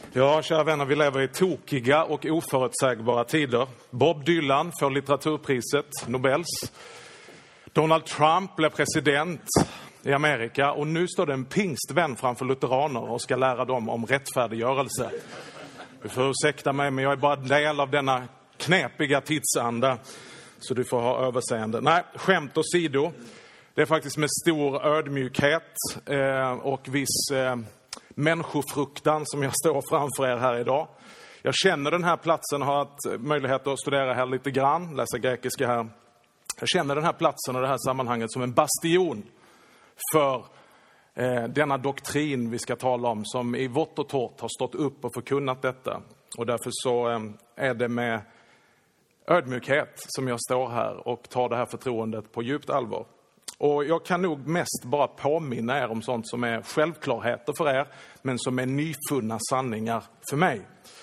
Ja, kära vänner, vi lever i tokiga och oförutsägbara tider. Bob Dylan får litteraturpriset, Nobels. Donald Trump blev president i Amerika och nu står det en pingstvän framför lutheraner och ska lära dem om rättfärdiggörelse. Du får ursäkta mig, men jag är bara en del av denna knepiga tidsanda, så du får ha överseende. Nej, skämt åsido. Det är faktiskt med stor ödmjukhet och viss människofruktan som jag står framför er här idag. Jag känner den här platsen, har haft möjlighet att studera här lite grann, läsa grekiska här. Jag känner den här platsen och det här sammanhanget som en bastion för denna doktrin vi ska tala om, som i vått och torrt har stått upp och förkunnat detta. Och därför så är det med ödmjukhet som jag står här och tar det här förtroendet på djupt allvar. Och jag kan nog mest bara påminna er om sånt som är självklarheter för er, men som är nyfunna sanningar för mig.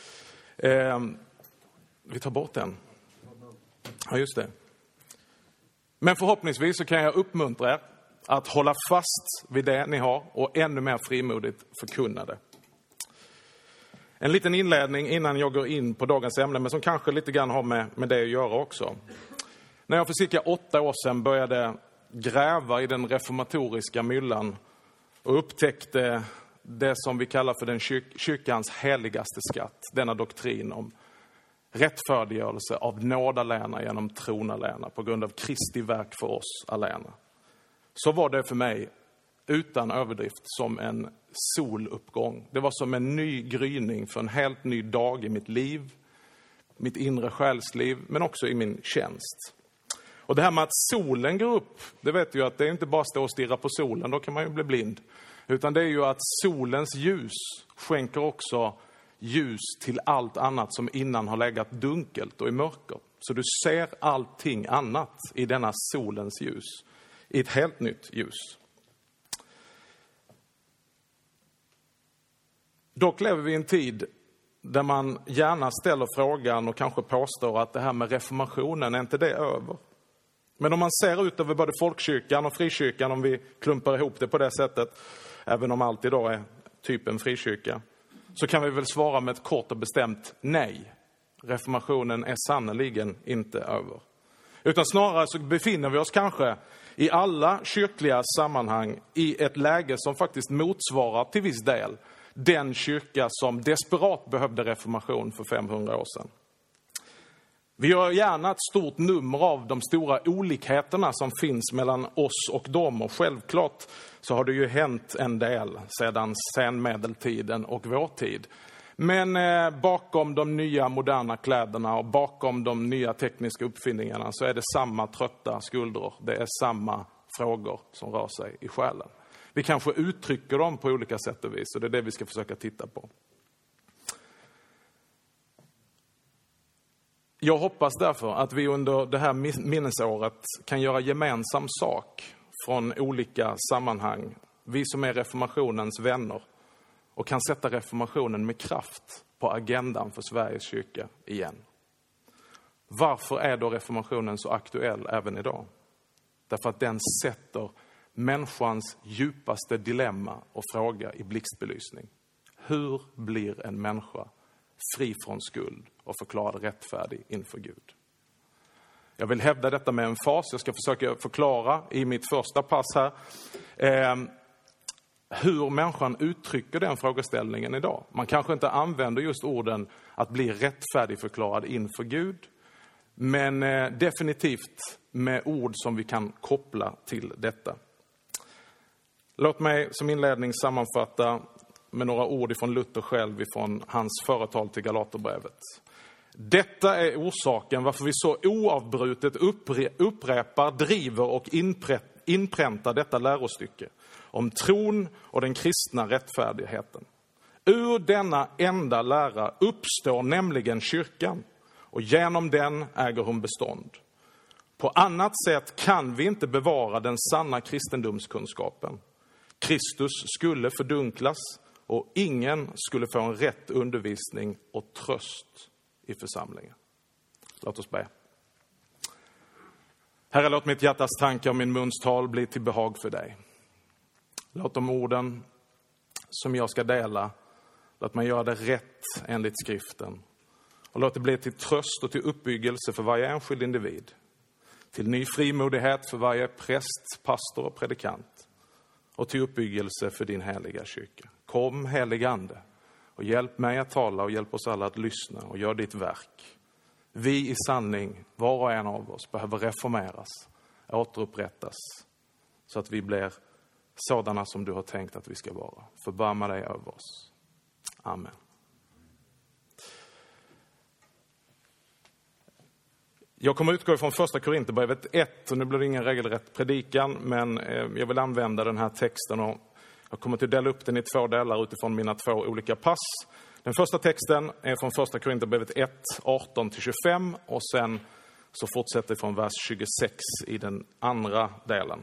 Vi tar bort den. Ja, just det. Men förhoppningsvis så kan jag uppmuntra er att hålla fast vid det ni har och ännu mer frimodigt förkunna det. En liten inledning innan jag går in på dagens ämne, men som kanske lite grann har med det att göra också. När jag för cirka 8 år sedan började gräva i den reformatoriska myllan och upptäckte det som vi kallar för den kyrkans heligaste skatt, denna doktrin om rättfärdiggörelse av nåd alena genom tron alena på grund av Kristi verk för oss alena. Så var det för mig utan överdrift som en soluppgång. Det var som en ny gryning för en helt ny dag i mitt liv, mitt inre själsliv, men också i min tjänst. Och det här med att solen går upp, det vet ju att det är inte bara stå och stirra på solen, då kan man ju bli blind. Utan det är ju att solens ljus skänker också ljus till allt annat som innan har legat dunkelt och i mörker. Så du ser allting annat i denna solens ljus, i ett helt nytt ljus. Dock lever vi i en tid där man gärna ställer frågan och kanske påstår att det här med reformationen, är inte det över? Men om man ser ut över både folkkyrkan och frikyrkan, om vi klumpar ihop det på det sättet, även om allt idag är typ en frikyrka, så kan vi väl svara med ett kort och bestämt nej. Reformationen är sannoliken inte över. Utan snarare så befinner vi oss kanske i alla kyrkliga sammanhang i ett läge som faktiskt motsvarar till viss del den kyrka som desperat behövde reformation för 500 år sedan. Vi gör gärna ett stort nummer av de stora olikheterna som finns mellan oss och dem. Och självklart så har det ju hänt en del sedan senmedeltiden och vår tid. Men bakom de nya moderna kläderna och bakom de nya tekniska uppfinningarna så är det samma trötta skuldror. Det är samma frågor som rör sig i själen. Vi kanske uttrycker dem på olika sätt och vis, och det är det vi ska försöka titta på. Jag hoppas därför att vi under det här minnesåret kan göra gemensam sak från olika sammanhang. Vi som är reformationens vänner och kan sätta reformationen med kraft på agendan för Sveriges kyrka igen. Varför är då reformationen så aktuell även idag? Därför att den sätter människans djupaste dilemma och fråga i blixtbelysning. Hur blir en människa fri från skuld och förklarad rättfärdig inför Gud? Jag vill hävda detta med en fas. Jag ska försöka förklara i mitt första pass här hur människan uttrycker den frågeställningen idag. Man kanske inte använder just orden att bli rättfärdig förklarad inför Gud, men definitivt med ord som vi kan koppla till detta. Låt mig som inledning sammanfatta med några ord ifrån Luther själv, ifrån hans företal till Galaterbrevet. Detta är orsaken varför vi så oavbrutet upprepar, driver och inpräntar detta lärostycke om tron och den kristna rättfärdigheten. Ur denna enda lära uppstår nämligen kyrkan, och genom den äger hon bestånd. På annat sätt kan vi inte bevara den sanna kristendomskunskapen. Kristus skulle fördunklas och ingen skulle få en rätt undervisning och tröst i församlingen. Låt oss be. Herre, låt mitt hjärtas tankar och min muns tal bli till behag för dig. Låt de orden som jag ska dela Låt mig göra det rätt enligt skriften. Och låt det bli till tröst och till uppbyggelse för varje enskild individ. Till ny frimodighet för varje präst, pastor och predikant. Och till uppbyggelse för din heliga kyrka. Kom, helig ande, och hjälp mig att tala och hjälp oss alla att lyssna och gör ditt verk. Vi i sanning, var och en av oss, behöver reformeras, återupprättas, så att vi blir sådana som du har tänkt att vi ska vara. Förbarma dig över oss. Amen. Jag kommer utgå från första Korinthierbrevet 1, och nu blir det ingen regelrätt predikan, men jag vill använda den här texten och jag kommer att dela upp den i 2 delar utifrån mina 2 olika pass. Den första texten är från första Korinthierbrevet 1, 18-25, och sen så fortsätter från vers 26 i den andra delen.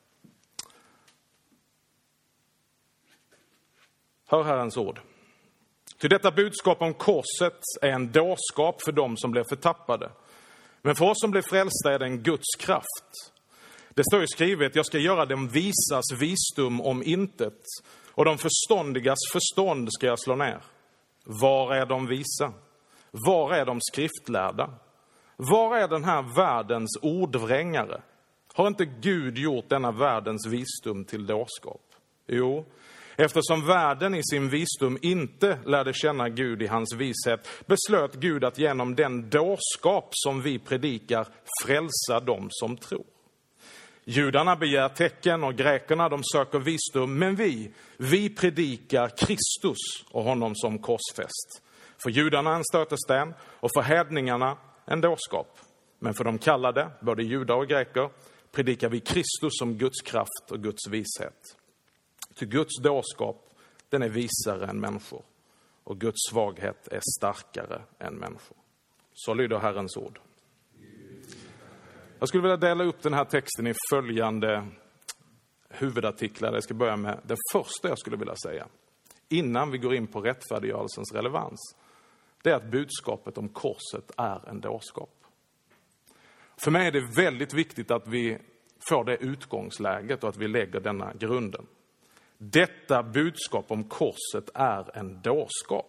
Hör Herrens ord. Till detta budskap om korset är en dårskap för dem som blir förtappade. Men för oss som blir frälsta är det en Guds kraft. Det står ju skrivet, jag ska göra dem visas visdom om intet, och de förståndigas förstånd ska jag slå ner. Var är de visa? Var är de skriftlärda? Var är den här världens ordvrängare? Har inte Gud gjort denna världens visdom till dårskap? Jo, eftersom världen i sin visdom inte lärde känna Gud i hans vishet, beslöt Gud att genom den dårskap som vi predikar frälsa dem som tror. Judarna begär tecken och grekerna de söker visdom, men vi predikar Kristus och honom som korsfäst. För judarna en stötesten och för hedningarna en dårskap. Men för de kallade, både judar och greker, predikar vi Kristus som Guds kraft och Guds vishet. Till Guds dårskap, den är visare än människor, och Guds svaghet är starkare än människor. Så lyder Herrens ord. Jag skulle vilja dela upp den här texten i följande huvudartiklar. Jag ska börja med det första jag skulle vilja säga, innan vi går in på rättfärdiggörelsens relevans. Det är att budskapet om korset är en dårskap. För mig är det väldigt viktigt att vi får det utgångsläget och att vi lägger denna grunden. Detta budskap om korset är en dårskap.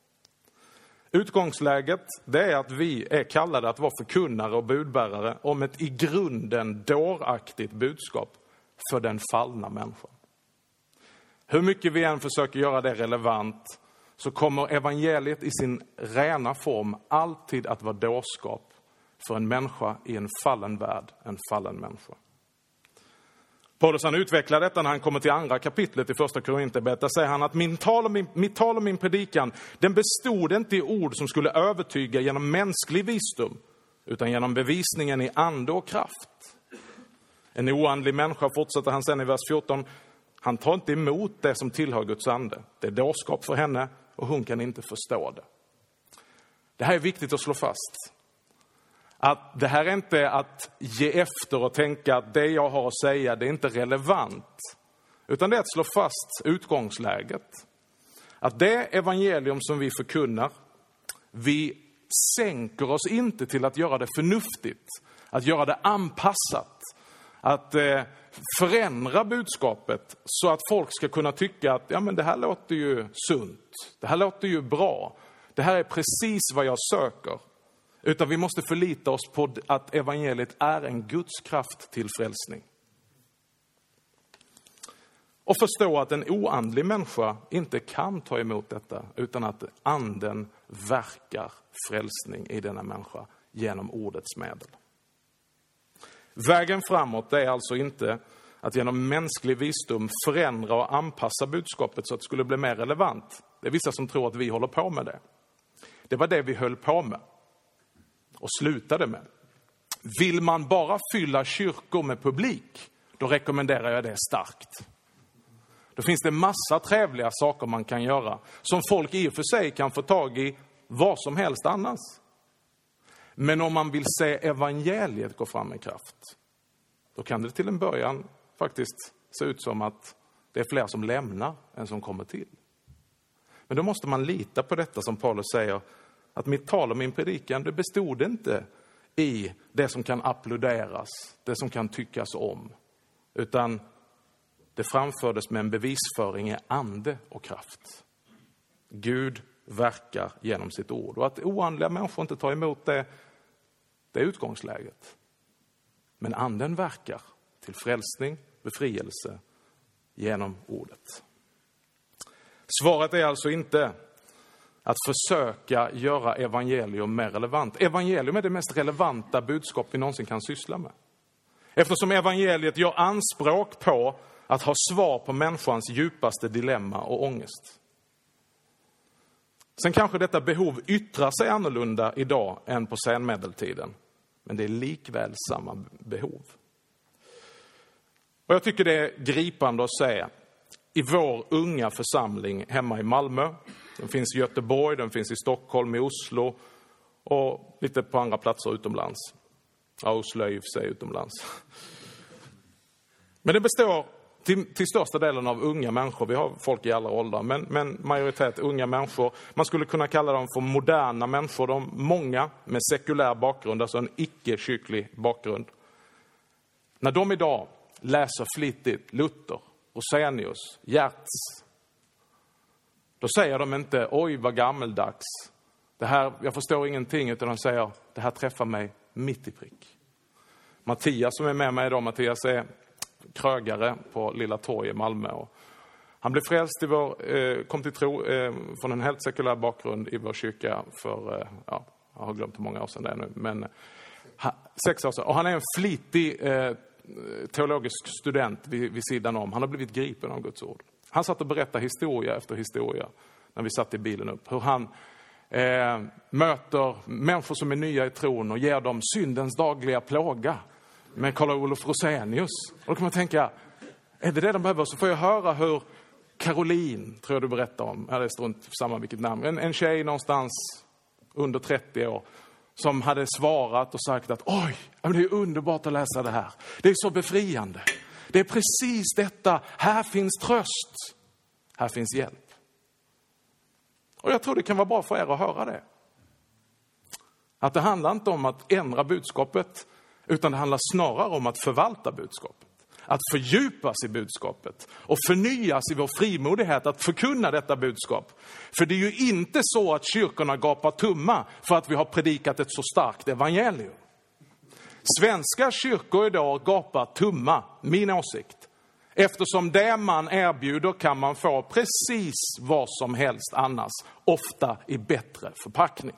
Utgångsläget, det är att vi är kallade att vara förkunnare och budbärare om ett i grunden dåraktigt budskap för den fallna människan. Hur mycket vi än försöker göra det relevant, så kommer evangeliet i sin rena form alltid att vara dårskap för en människa i en fallen värld, en fallen människa. Paulus han utvecklar detta när han kommer till andra kapitlet i första Korinthierbrevet. Där säger han att mitt tal och min predikan, den bestod inte i ord som skulle övertyga genom mänsklig visdom, utan genom bevisningen i ande och kraft. En oandlig människa, fortsätter han sen i vers 14, han tar inte emot det som tillhör Guds ande. Det är dårskap för henne och hon kan inte förstå det. Det här är viktigt att slå fast. Att det här är inte att ge efter och tänka att det jag har att säga, det är inte relevant. Utan det är att slå fast utgångsläget. Att det evangelium som vi förkunnar, vi sänker oss inte till att göra det förnuftigt. Att göra det anpassat. Att förändra budskapet så att folk ska kunna tycka att ja, men det här låter ju sunt. Det här låter ju bra. Det här är precis vad jag söker. Utan vi måste förlita oss på att evangeliet är en Guds kraft till frälsning. Och förstå att en oandlig människa inte kan ta emot detta, utan att anden verkar frälsning i denna människa genom ordets medel. Vägen framåt är alltså inte att genom mänsklig visdom förändra och anpassa budskapet så att det skulle bli mer relevant. Det är vissa som tror att vi håller på med det. Det var det vi höll på med och slutade med. Vill man bara fylla kyrkor med publik, då rekommenderar jag det starkt. Då finns det massa trevliga saker man kan göra som folk i och för sig kan få tag i vad som helst annars. Men om man vill se evangeliet gå fram i kraft, då kan det till en början faktiskt se ut som att det är fler som lämnar än som kommer till. Men då måste man lita på detta som Paulus säger, att mitt tal och min predikan, det bestod inte i det som kan applåderas, det som kan tyckas om, utan det framfördes med en bevisföring i ande och kraft. Gud verkar genom sitt ord. Och att oandliga människor inte tar emot det är utgångsläget. Men anden verkar till frälsning, befrielse genom ordet. Svaret är alltså inte att försöka göra evangelium mer relevant. Evangelium är det mest relevanta budskap vi någonsin kan syssla med. Eftersom evangeliet gör anspråk på att ha svar på människans djupaste dilemma och ångest. Sen kanske detta behov yttrar sig annorlunda idag än på senmedeltiden. Men det är likväl samma behov. Och jag tycker det är gripande att se i vår unga församling hemma i Malmö. Den finns i Göteborg, den finns i Stockholm, i Oslo och lite på andra platser utomlands. Ja, Oslo i och för sig utomlands. Men det består till största delen av unga människor. Vi har folk i alla åldrar, men majoritet unga människor. Man skulle kunna kalla dem för moderna människor. De många med sekulär bakgrund, alltså en icke-kyrklig bakgrund. När de idag läser flitigt Luther, Rosenius, Gertz, då säger de inte oj vad gammeldags. Det här, jag förstår ingenting, utan de säger det här träffar mig mitt i prick. Mattias som är med mig idag, Mattias är krögare på Lilla Torg i Malmö. Och han blev frälst kom till tro från en helt sekulär bakgrund i vår kyrka för, jag har glömt hur många år sedan det är nu, men 6 år sedan. Och han är en flitig teologisk student vid sidan om. Han har blivit gripen av Guds ord. Han satt och berättade historia efter historia när vi satt i bilen upp. Hur han möter människor som är nya i tron och ger dem syndens dagliga plåga med Karl-Olof Rosenius. Och då kan man tänka, är det de behöver? Så får jag höra hur Caroline, tror jag du berättar om, det står inte samma vilket namn, en tjej någonstans under 30 år som hade svarat och sagt att oj, det är underbart att läsa det här. Det är så befriande. Det är precis detta. Här finns tröst. Här finns hjälp. Och jag tror det kan vara bra för er att höra det. Att det handlar inte om att ändra budskapet, utan det handlar snarare om att förvalta budskapet. Att fördjupas i budskapet och förnyas i vår frimodighet att förkunna detta budskap. För det är ju inte så att kyrkorna gapar tumma för att vi har predikat ett så starkt evangelium. Svenska kyrkor idag gapar tumma, min åsikt. Eftersom det man erbjuder kan man få precis vad som helst annars, ofta i bättre förpackning.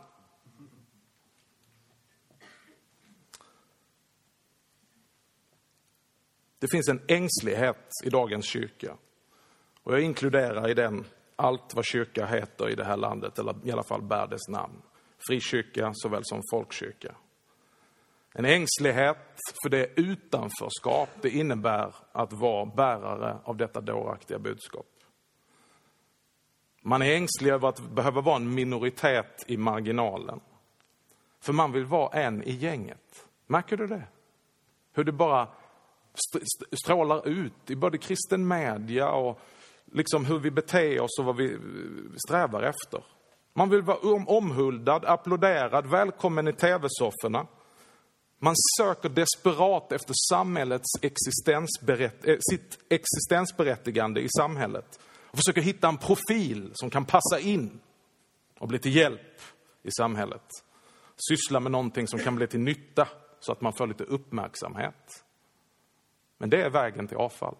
Det finns en ängslighet i dagens kyrka. Och jag inkluderar i den allt vad kyrka heter i det här landet, eller i alla fall bär dess namn. Frikyrka såväl som folkkyrka. En ängslighet för det utanförskap det innebär att vara bärare av detta dåraktiga budskap. Man är ängslig över att behöva vara en minoritet i marginalen. För man vill vara en i gänget. Märker du det? Hur det bara strålar ut i både kristen media och liksom hur vi beter oss och vad vi strävar efter. Man vill vara omhuldad, applåderad, välkommen i tv-sofforna. Man söker desperat efter samhällets sitt existensberättigande i samhället. Och försöker hitta en profil som kan passa in och bli till hjälp i samhället. Syssla med någonting som kan bli till nytta så att man får lite uppmärksamhet. Men det är vägen till avfall.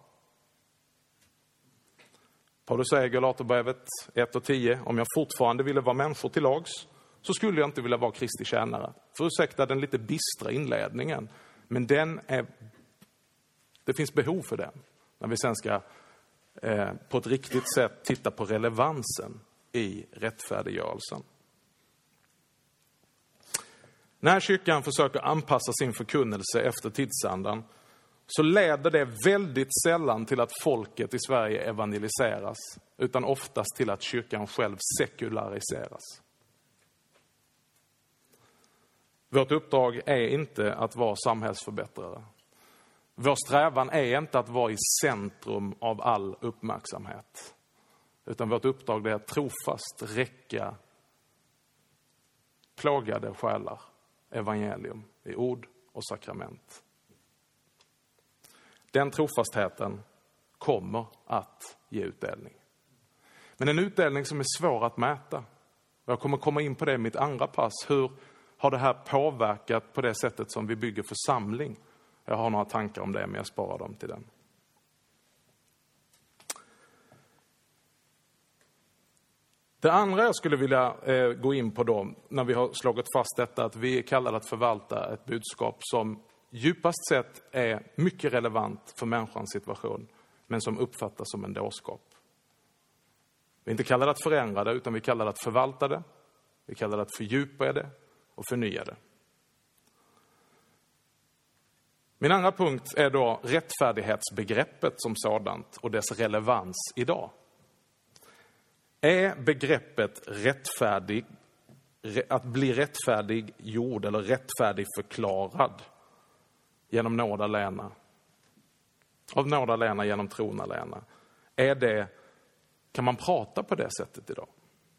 Paulus säger i Galaterbrevet 1:10, om jag fortfarande ville vara människor till lags så skulle jag inte vilja vara Kristi tjänare. För ursäkta den lite bistra inledningen, men det finns behov för den. När vi sen ska på ett riktigt sätt titta på relevansen i rättfärdiggörelsen. När kyrkan försöker anpassa sin förkunnelse efter tidsandan så leder det väldigt sällan till att folket i Sverige evangeliseras, utan oftast till att kyrkan själv sekulariseras. Vårt uppdrag är inte att vara samhällsförbättrare. Vår strävan är inte att vara i centrum av all uppmärksamhet. Utan vårt uppdrag är att trofast räcka plågade själar evangelium i ord och sakrament. Den trofastheten kommer att ge utdelning. Men en utdelning som är svår att mäta. Jag kommer komma in på det i mitt andra pass. Hur har det här påverkat på det sättet som vi bygger församling? Jag har några tankar om det, men jag sparar dem till den. Det andra jag skulle vilja gå in på då, när vi har slagit fast detta, att vi är kallade att förvalta ett budskap som djupast sett är mycket relevant för människans situation, men som uppfattas som en dårskap. Vi är inte kallade att förändra det, utan vi är kallade att förvalta det. Vi är kallade att fördjupa det och förnya det. Min andra punkt är då rättfärdighetsbegreppet som sådant och dess relevans idag. Är begreppet rättfärdig, att bli rättfärdig gjord eller rättfärdig förklarad genom nåd alena, av nåd alena genom tron alena, kan man prata på det sättet idag?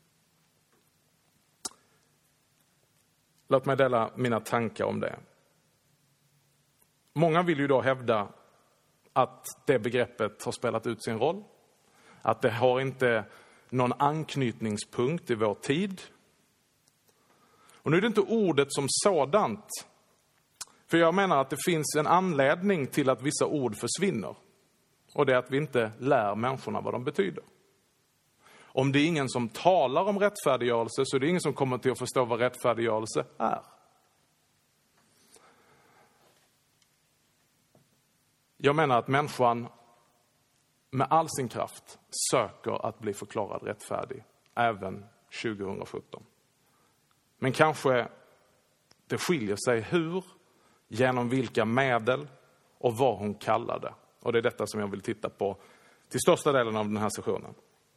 Låt mig dela mina tankar om det. Många vill ju då hävda att det begreppet har spelat ut sin roll. Att det har inte någon anknytningspunkt i vår tid. Och nu är det inte ordet som sådant. För jag menar att det finns en anledning till att vissa ord försvinner. Och det är att vi inte lär människorna vad de betyder. Om det är ingen som talar om rättfärdiggörelse, så är det ingen som kommer till att förstå vad rättfärdiggörelse är. Jag menar att människan med all sin kraft söker att bli förklarad rättfärdig, även 2017. Men kanske det skiljer sig hur, genom vilka medel och vad hon kallar det. Och det är detta som jag vill titta på till största delen av den här sessionen.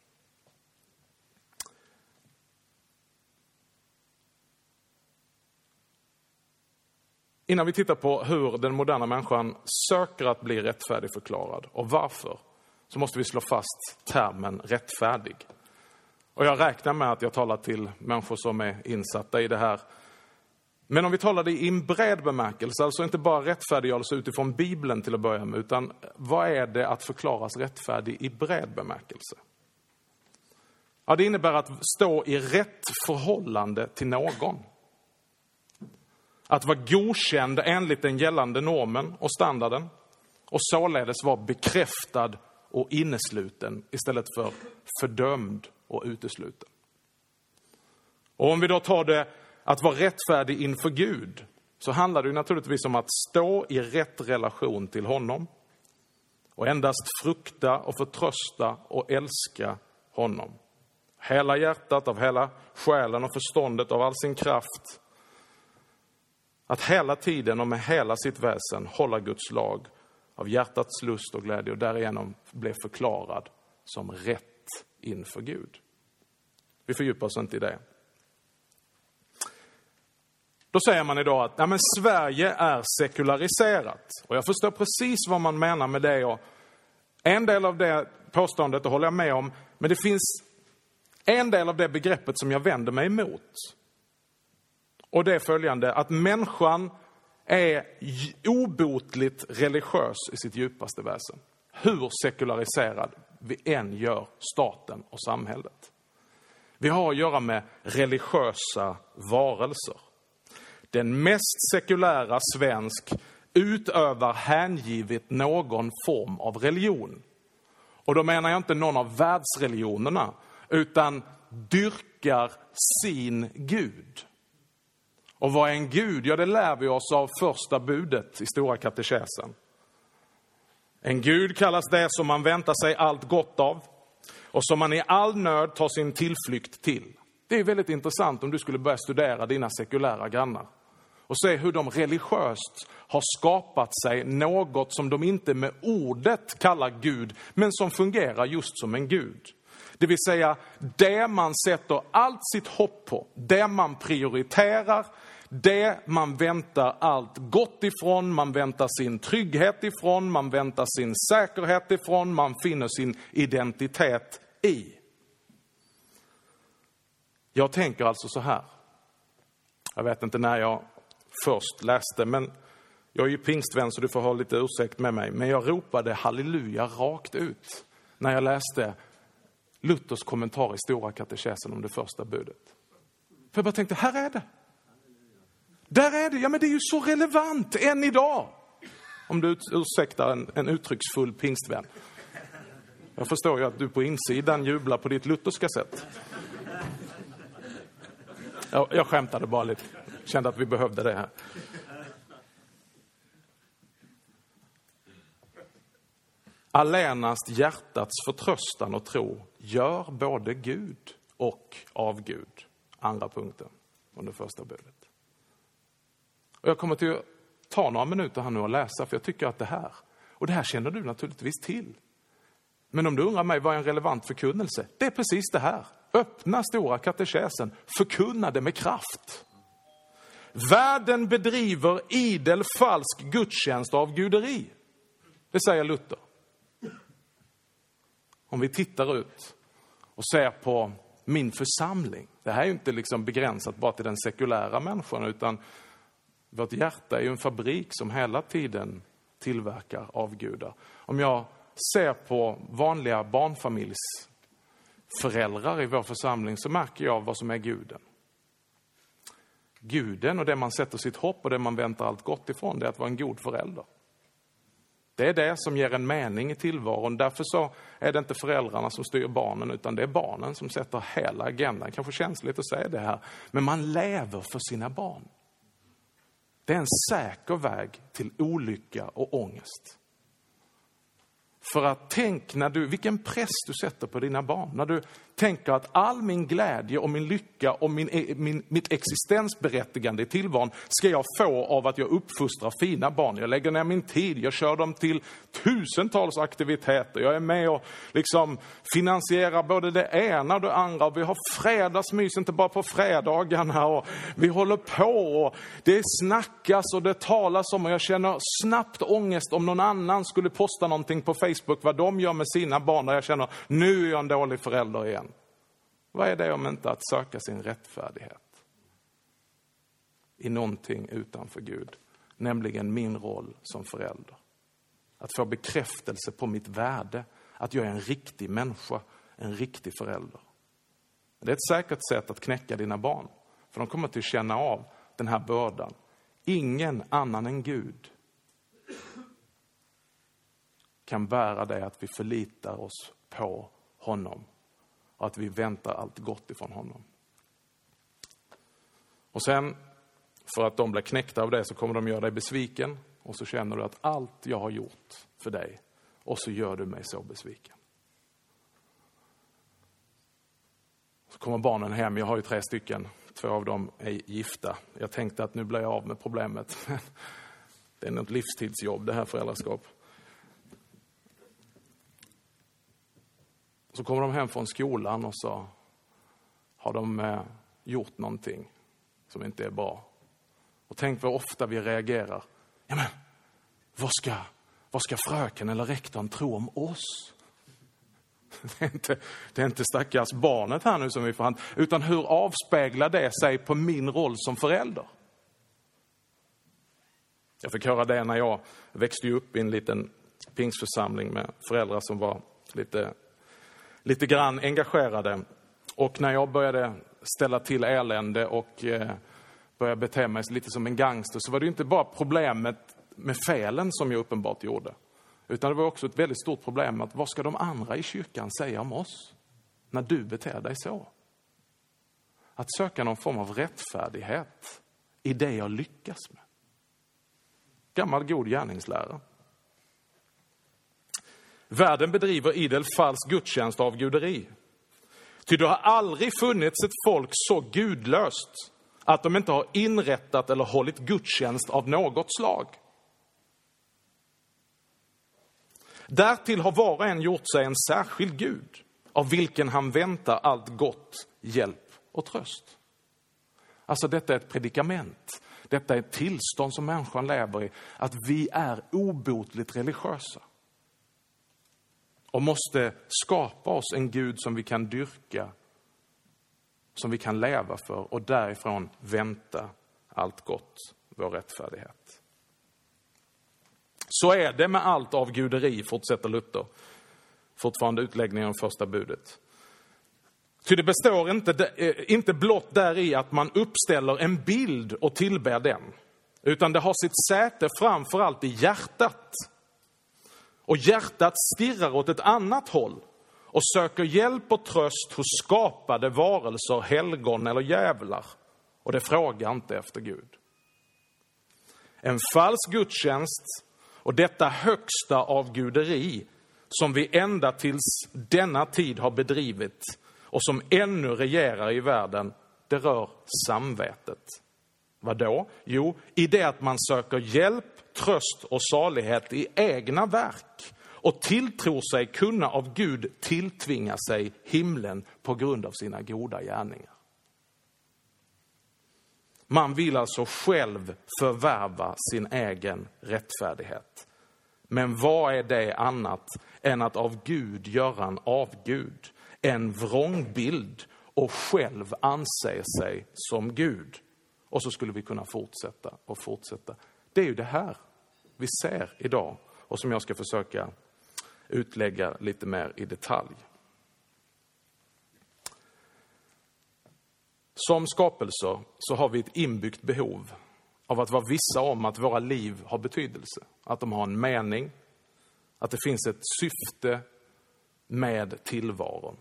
Innan vi tittar på hur den moderna människan söker att bli rättfärdig förklarad och varför, så måste vi slå fast termen rättfärdig. Och jag räknar med att jag talar till människor som är insatta i det här. Men om vi talar det i en bred bemärkelse, alltså inte bara rättfärdiggörelse utifrån Bibeln till att börja med, utan vad är det att förklaras rättfärdig i bred bemärkelse? Ja, det innebär att stå i rätt förhållande till någon. Att vara godkänd enligt den gällande normen och standarden och således vara bekräftad och innesluten istället för fördömd och utesluten. Och om vi då tar det att vara rättfärdig inför Gud, så handlar det naturligtvis om att stå i rätt relation till honom och endast frukta och förtrösta och älska honom. Hela hjärtat, av hela själen och förståndet, av all sin kraft. Att hela tiden och med hela sitt väsen hålla Guds lag av hjärtats lust och glädje och därigenom bli förklarad som rätt inför Gud. Vi fördjupar oss inte i det. Då säger man idag att men Sverige är sekulariserat. Och jag förstår precis vad man menar med det. Och en del av det påståendet håller jag med om. Men det finns en del av det begreppet som jag vänder mig emot. Och det är följande, att människan är obotligt religiös i sitt djupaste väsen. Hur sekulariserad vi än gör staten och samhället. Vi har att göra med religiösa varelser. Den mest sekulära svensk utövar hängivet någon form av religion. Och då menar jag inte någon av världsreligionerna, utan dyrkar sin Gud. Och vad är en Gud? Ja, det lär vi oss av första budet i Stora katekesen. En Gud kallas det som man väntar sig allt gott av och som man i all nöd tar sin tillflykt till. Det är väldigt intressant om du skulle börja studera dina sekulära grannar och se hur de religiöst har skapat sig något som de inte med ordet kallar Gud, men som fungerar just som en Gud. Det vill säga, det man sätter allt sitt hopp på, det man prioriterar, det man väntar allt gott ifrån, man väntar sin trygghet ifrån, man väntar sin säkerhet ifrån, man finner sin identitet i. Jag tänker alltså så här. Jag vet inte när jag först läste, men jag är ju pingstvän så du får ha lite ursäkt med mig. Men jag ropade halleluja rakt ut när jag läste Luthers kommentar i Stora katekesen om det första budet. För jag bara tänkte, här är det. Där är det. Ja, men det är ju så relevant än idag. Om du ursäktar en uttrycksfull pingstvän. Jag förstår ju att du på insidan jublar på ditt lutherska sätt. Jag skämtade bara lite. Kände att vi behövde det här. Allenast hjärtats förtröstan och tro gör både Gud och av Gud. Andra punkten under första budet. Och jag kommer till att ta några minuter här nu och läsa, för jag tycker att det här känner du naturligtvis till. Men om du undrar mig vad är en relevant förkunnelse? Det är precis det här. Öppna Stora katekesen, förkunna det med kraft. Världen bedriver idel falsk gudstjänst av guderi. Det säger Luther. Om vi tittar ut och ser på min församling. Det här är ju inte liksom begränsat bara till den sekulära människan, utan vårt hjärta är ju en fabrik som hela tiden tillverkar avgudar. Om jag ser på vanliga barnfamiljsföräldrar i vår församling så märker jag vad som är guden. Guden och det man sätter sitt hopp och det man väntar allt gott ifrån, det är att vara en god förälder. Det är det som ger en mening i tillvaron. Därför så är det inte föräldrarna som styr barnen, utan det är barnen som sätter hela agendan. Kanske känsligt att säga det här, men man lever för sina barn. Det är en säker väg till olycka och ångest. För att tänk vilken press du sätter på dina barn. När du tänker att all min glädje och min lycka och mitt existensberättigande i tillvaron ska jag få av att jag uppfostrar fina barn. Jag lägger ner min tid, jag kör dem till tusentals aktiviteter. Jag är med och liksom finansierar både det ena och det andra. Och vi har fredagsmys, inte bara på fredagarna. Och vi håller på och det snackas och det talas om. Och jag känner snabbt ångest om någon annan skulle posta någonting på Facebook vad de gör med sina barn. Och jag känner, nu är jag en dålig förälder igen. Vad är det om inte att söka sin rättfärdighet i någonting utanför Gud? Nämligen min roll som förälder. Att få bekräftelse på mitt värde. Att jag är en riktig människa, en riktig förälder. Det är ett säkert sätt att knäcka dina barn. För de kommer att känna av den här bördan. Ingen annan än Gud kan bära det att vi förlitar oss på honom. Och att vi väntar allt gott ifrån honom. Och sen, för att de blir knäckta av det, så kommer de göra dig besviken. Och så känner du att allt jag har gjort för dig. Och så gör du mig så besviken. Så kommer barnen hem. Jag har ju 3 stycken. 2 av dem är gifta. Jag tänkte att nu blir jag av med problemet. Det är något livstidsjobb, det här föräldraskap. Så kommer de hem från skolan och så har de gjort någonting som inte är bra. Och tänk vad ofta vi reagerar. Ja, men vad ska fröken eller rektorn tro om oss? Det är inte stackars barnet här nu som vi får hand, utan hur avspeglar det sig på min roll som förälder? Jag fick höra det när jag växte upp i en liten pingsförsamling med föräldrar som var lite grann engagerade. Och när jag började ställa till elände och började bete mig lite som en gangster, så var det inte bara problemet med felen som jag uppenbart gjorde. Utan det var också ett väldigt stort problem att vad ska de andra i kyrkan säga om oss när du beter dig så? Att söka någon form av rättfärdighet i det jag lyckas med. Gammal god gärningslära. Världen bedriver idel falsk gudstjänst av guderi. Ty det har aldrig funnits ett folk så gudlöst att de inte har inrättat eller hållit gudstjänst av något slag. Därtill har var och en gjort sig en särskild Gud, av vilken han väntar allt gott, hjälp och tröst. Alltså detta är ett predikament. Detta är ett tillstånd som människan lever i. Att vi är obotligt religiösa. Och måste skapa oss en Gud som vi kan dyrka. Som vi kan leva för. Och därifrån vänta allt gott, vår rättfärdighet. Så är det med allt av guderi, fortsätter Luther. Fortfarande utläggningen om första budet. Ty det består inte blott där i att man uppställer en bild och tillber den, utan det har sitt säte framför allt i hjärtat. Och hjärtat stirrar åt ett annat håll och söker hjälp och tröst hos skapade varelser, helgon eller djävlar. Och det frågar inte efter Gud. En falsk gudstjänst och detta högsta av guderi som vi ända tills denna tid har bedrivit och som ännu regerar i världen, det rör samvetet. Vad då? Jo, i det att man söker hjälp, tröst och salighet i egna verk och tilltror sig kunna av Gud tilltvinga sig himlen på grund av sina goda gärningar. Man vill alltså själv förvärva sin egen rättfärdighet. Men vad är det annat än att av Gud göra en avgud, en vrångbild och själv anse sig som Gud? Och så skulle vi kunna fortsätta och fortsätta. Det är ju det här vi ser idag och som jag ska försöka utlägga lite mer i detalj. Som skapelser så har vi ett inbyggt behov av att vara vissa om att våra liv har betydelse. Att de har en mening, att det finns ett syfte med tillvaron.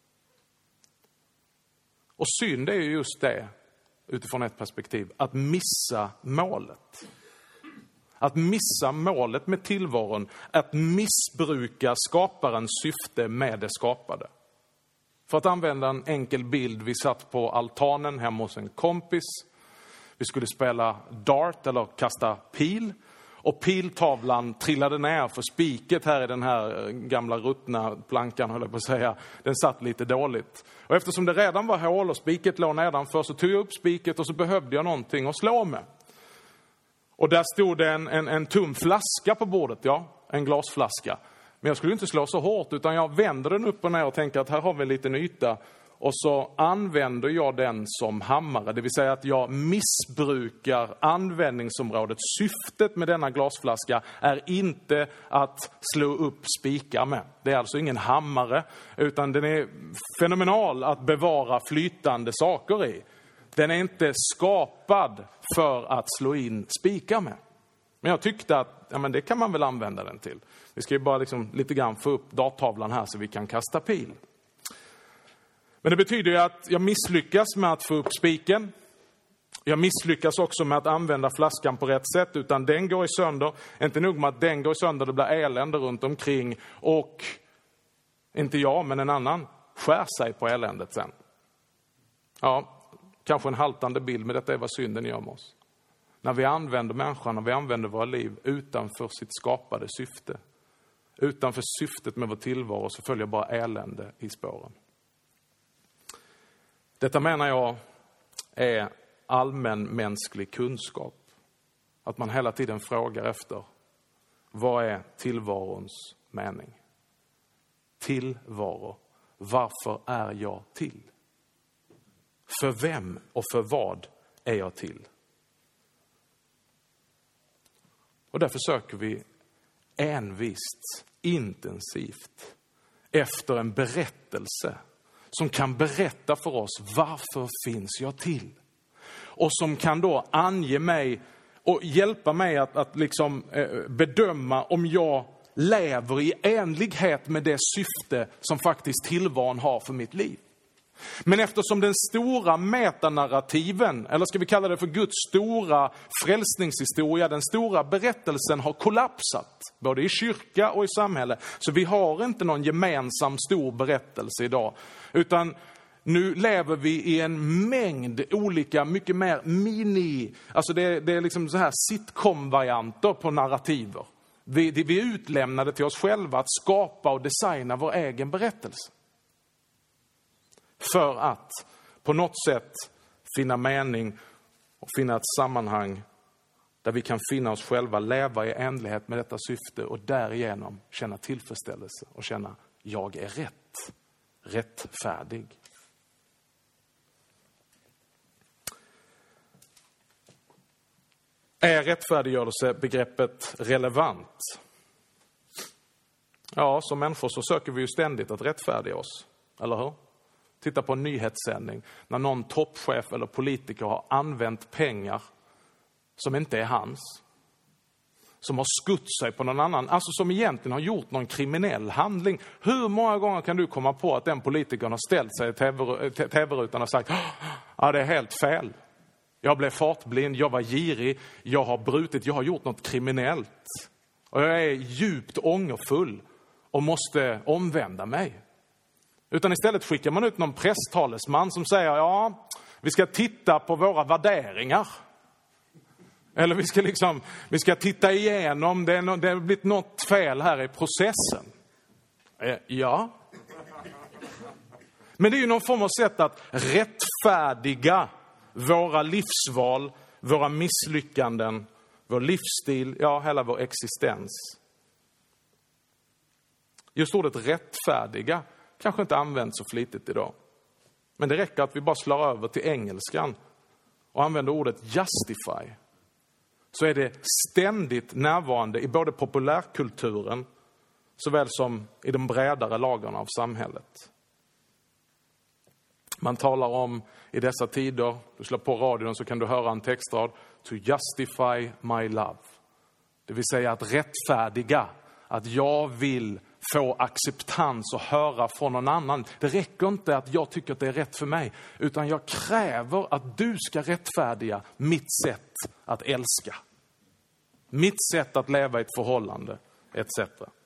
Och synd är ju just det, utifrån ett perspektiv, att missa målet. Att missa målet med tillvaron, att missbruka skaparens syfte med det skapade. För att använda en enkel bild, vi satt på altanen hemma hos en kompis. Vi skulle spela dart eller kasta pil. Och piltavlan trillade ner för spiket här i den här gamla ruttna plankan, höll jag på att säga. Den satt lite dåligt. Och eftersom det redan var hål och spiket låg nedanför så tog jag upp spiket och så behövde jag någonting att slå med. Och där stod det en tom flaska på bordet, ja, en glasflaska. Men jag skulle inte slå så hårt utan jag vänder den upp och ner och tänker att här har vi en liten yta. Och så använder jag den som hammare, det vill säga att jag missbrukar användningsområdet. Syftet med denna glasflaska är inte att slå upp spikar med. Det är alltså ingen hammare utan den är fenomenal att bevara flytande saker i. Den är inte skapad för att slå in spikar med. Men jag tyckte att det kan man väl använda den till. Vi ska ju bara lite grann få upp darttavlan här så vi kan kasta pil. Men det betyder ju att jag misslyckas med att få upp spiken. Jag misslyckas också med att använda flaskan på rätt sätt, utan den går i sönder. Inte nog med att den går i sönder, det blir elände runt omkring. Och inte jag, men en annan skär sig på eländet sen. Ja, kanske en haltande bild, men detta är vad synden gör med oss. När vi använder människan, när vi använder våra liv utanför sitt skapade syfte. Utanför syftet med vår tillvaro så följer bara elände i spåren. Detta menar jag är allmänmänsklig kunskap. Att man hela tiden frågar efter, vad är tillvarons mening? Tillvaro. Varför är jag till? För vem och för vad är jag till? Och därför söker vi envist, intensivt efter en berättelse som kan berätta för oss varför finns jag till. Och som kan då ange mig och hjälpa mig att bedöma om jag lever i enlighet med det syfte som faktiskt tillvaron har för mitt liv. Men eftersom den stora metanarrativen, eller ska vi kalla det för Guds stora frälsningshistoria, den stora berättelsen har kollapsat, både i kyrka och i samhälle. Så vi har inte någon gemensam stor berättelse idag. Utan nu lever vi i en mängd olika, mycket mer alltså det är så här sitcom-varianter på narrativer. Vi är utlämnade till oss själva att skapa och designa vår egen berättelse. För att på något sätt finna mening och finna ett sammanhang där vi kan finna oss själva, leva i enlighet med detta syfte och därigenom känna tillfredsställelse och känna jag är rättfärdig. Är rättfärdiggörelsebegreppet relevant? Ja, som människor så söker vi ju ständigt att rättfärdiga oss, eller hur? Titta på en nyhetssändning när någon toppchef eller politiker har använt pengar som inte är hans. Som har skutt sig på någon annan, alltså som egentligen har gjort någon kriminell handling. Hur många gånger kan du komma på att den politikern har ställt sig i tv-rutan och sagt ja, det är helt fel. Jag blev fartblind, jag var girig, jag har gjort något kriminellt. Och jag är djupt ångerfull och måste omvända mig. Utan istället skickar man ut någon presstalesman som säger ja, vi ska titta på våra värderingar. Eller vi ska titta igenom, det har blivit något fel här i processen. Ja. Men det är ju någon form av sätt att rättfärdiga våra livsval, våra misslyckanden, vår livsstil, ja, hela vår existens. Just ordet rättfärdiga kanske inte används så flitigt idag. Men det räcker att vi bara slår över till engelskan och använder ordet justify. Så är det ständigt närvarande i både populärkulturen såväl som i de bredare lagarna av samhället. Man talar om i dessa tider, du slår på radion så kan du höra en textrad, to justify my love. Det vill säga att rättfärdiga, att jag vill få acceptans och höra från någon annan. Det räcker inte att jag tycker att det är rätt för mig, utan jag kräver att du ska rättfärdiga mitt sätt att älska. Mitt sätt att leva i ett förhållande, etc.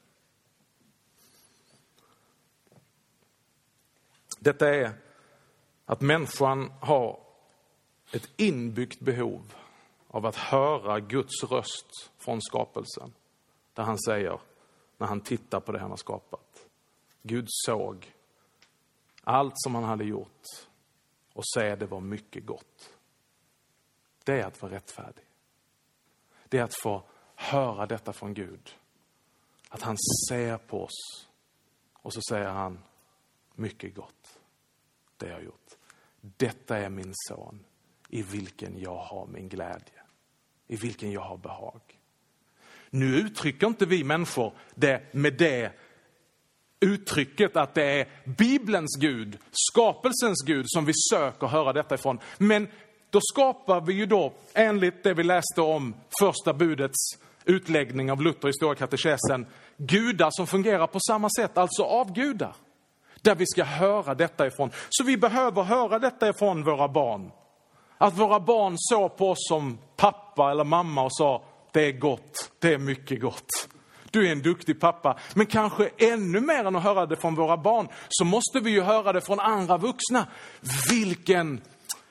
Detta är att människan har ett inbyggt behov av att höra Guds röst från skapelsen. Där han säger, när han tittar på det han har skapat. Gud såg allt som han hade gjort och se det var mycket gott. Det är att vara rättfärdig. Det är att få höra detta från Gud. Att han ser på oss och så säger han, mycket gott. Det jag har gjort. Detta är min son i vilken jag har min glädje. I vilken jag har behag. Nu uttrycker inte vi människor det med det uttrycket att det är Bibelns Gud, skapelsens Gud som vi söker höra detta ifrån. Men då skapar vi ju då, enligt det vi läste om första budets utläggning av Luther i Stora katekesen, gudar som fungerar på samma sätt, alltså avgudar. Där vi ska höra detta ifrån. Så vi behöver höra detta ifrån våra barn. Att våra barn såg på oss som pappa eller mamma och sa, det är gott, det är mycket gott. Du är en duktig pappa. Men kanske ännu mer än att höra det från våra barn så måste vi ju höra det från andra vuxna. Vilken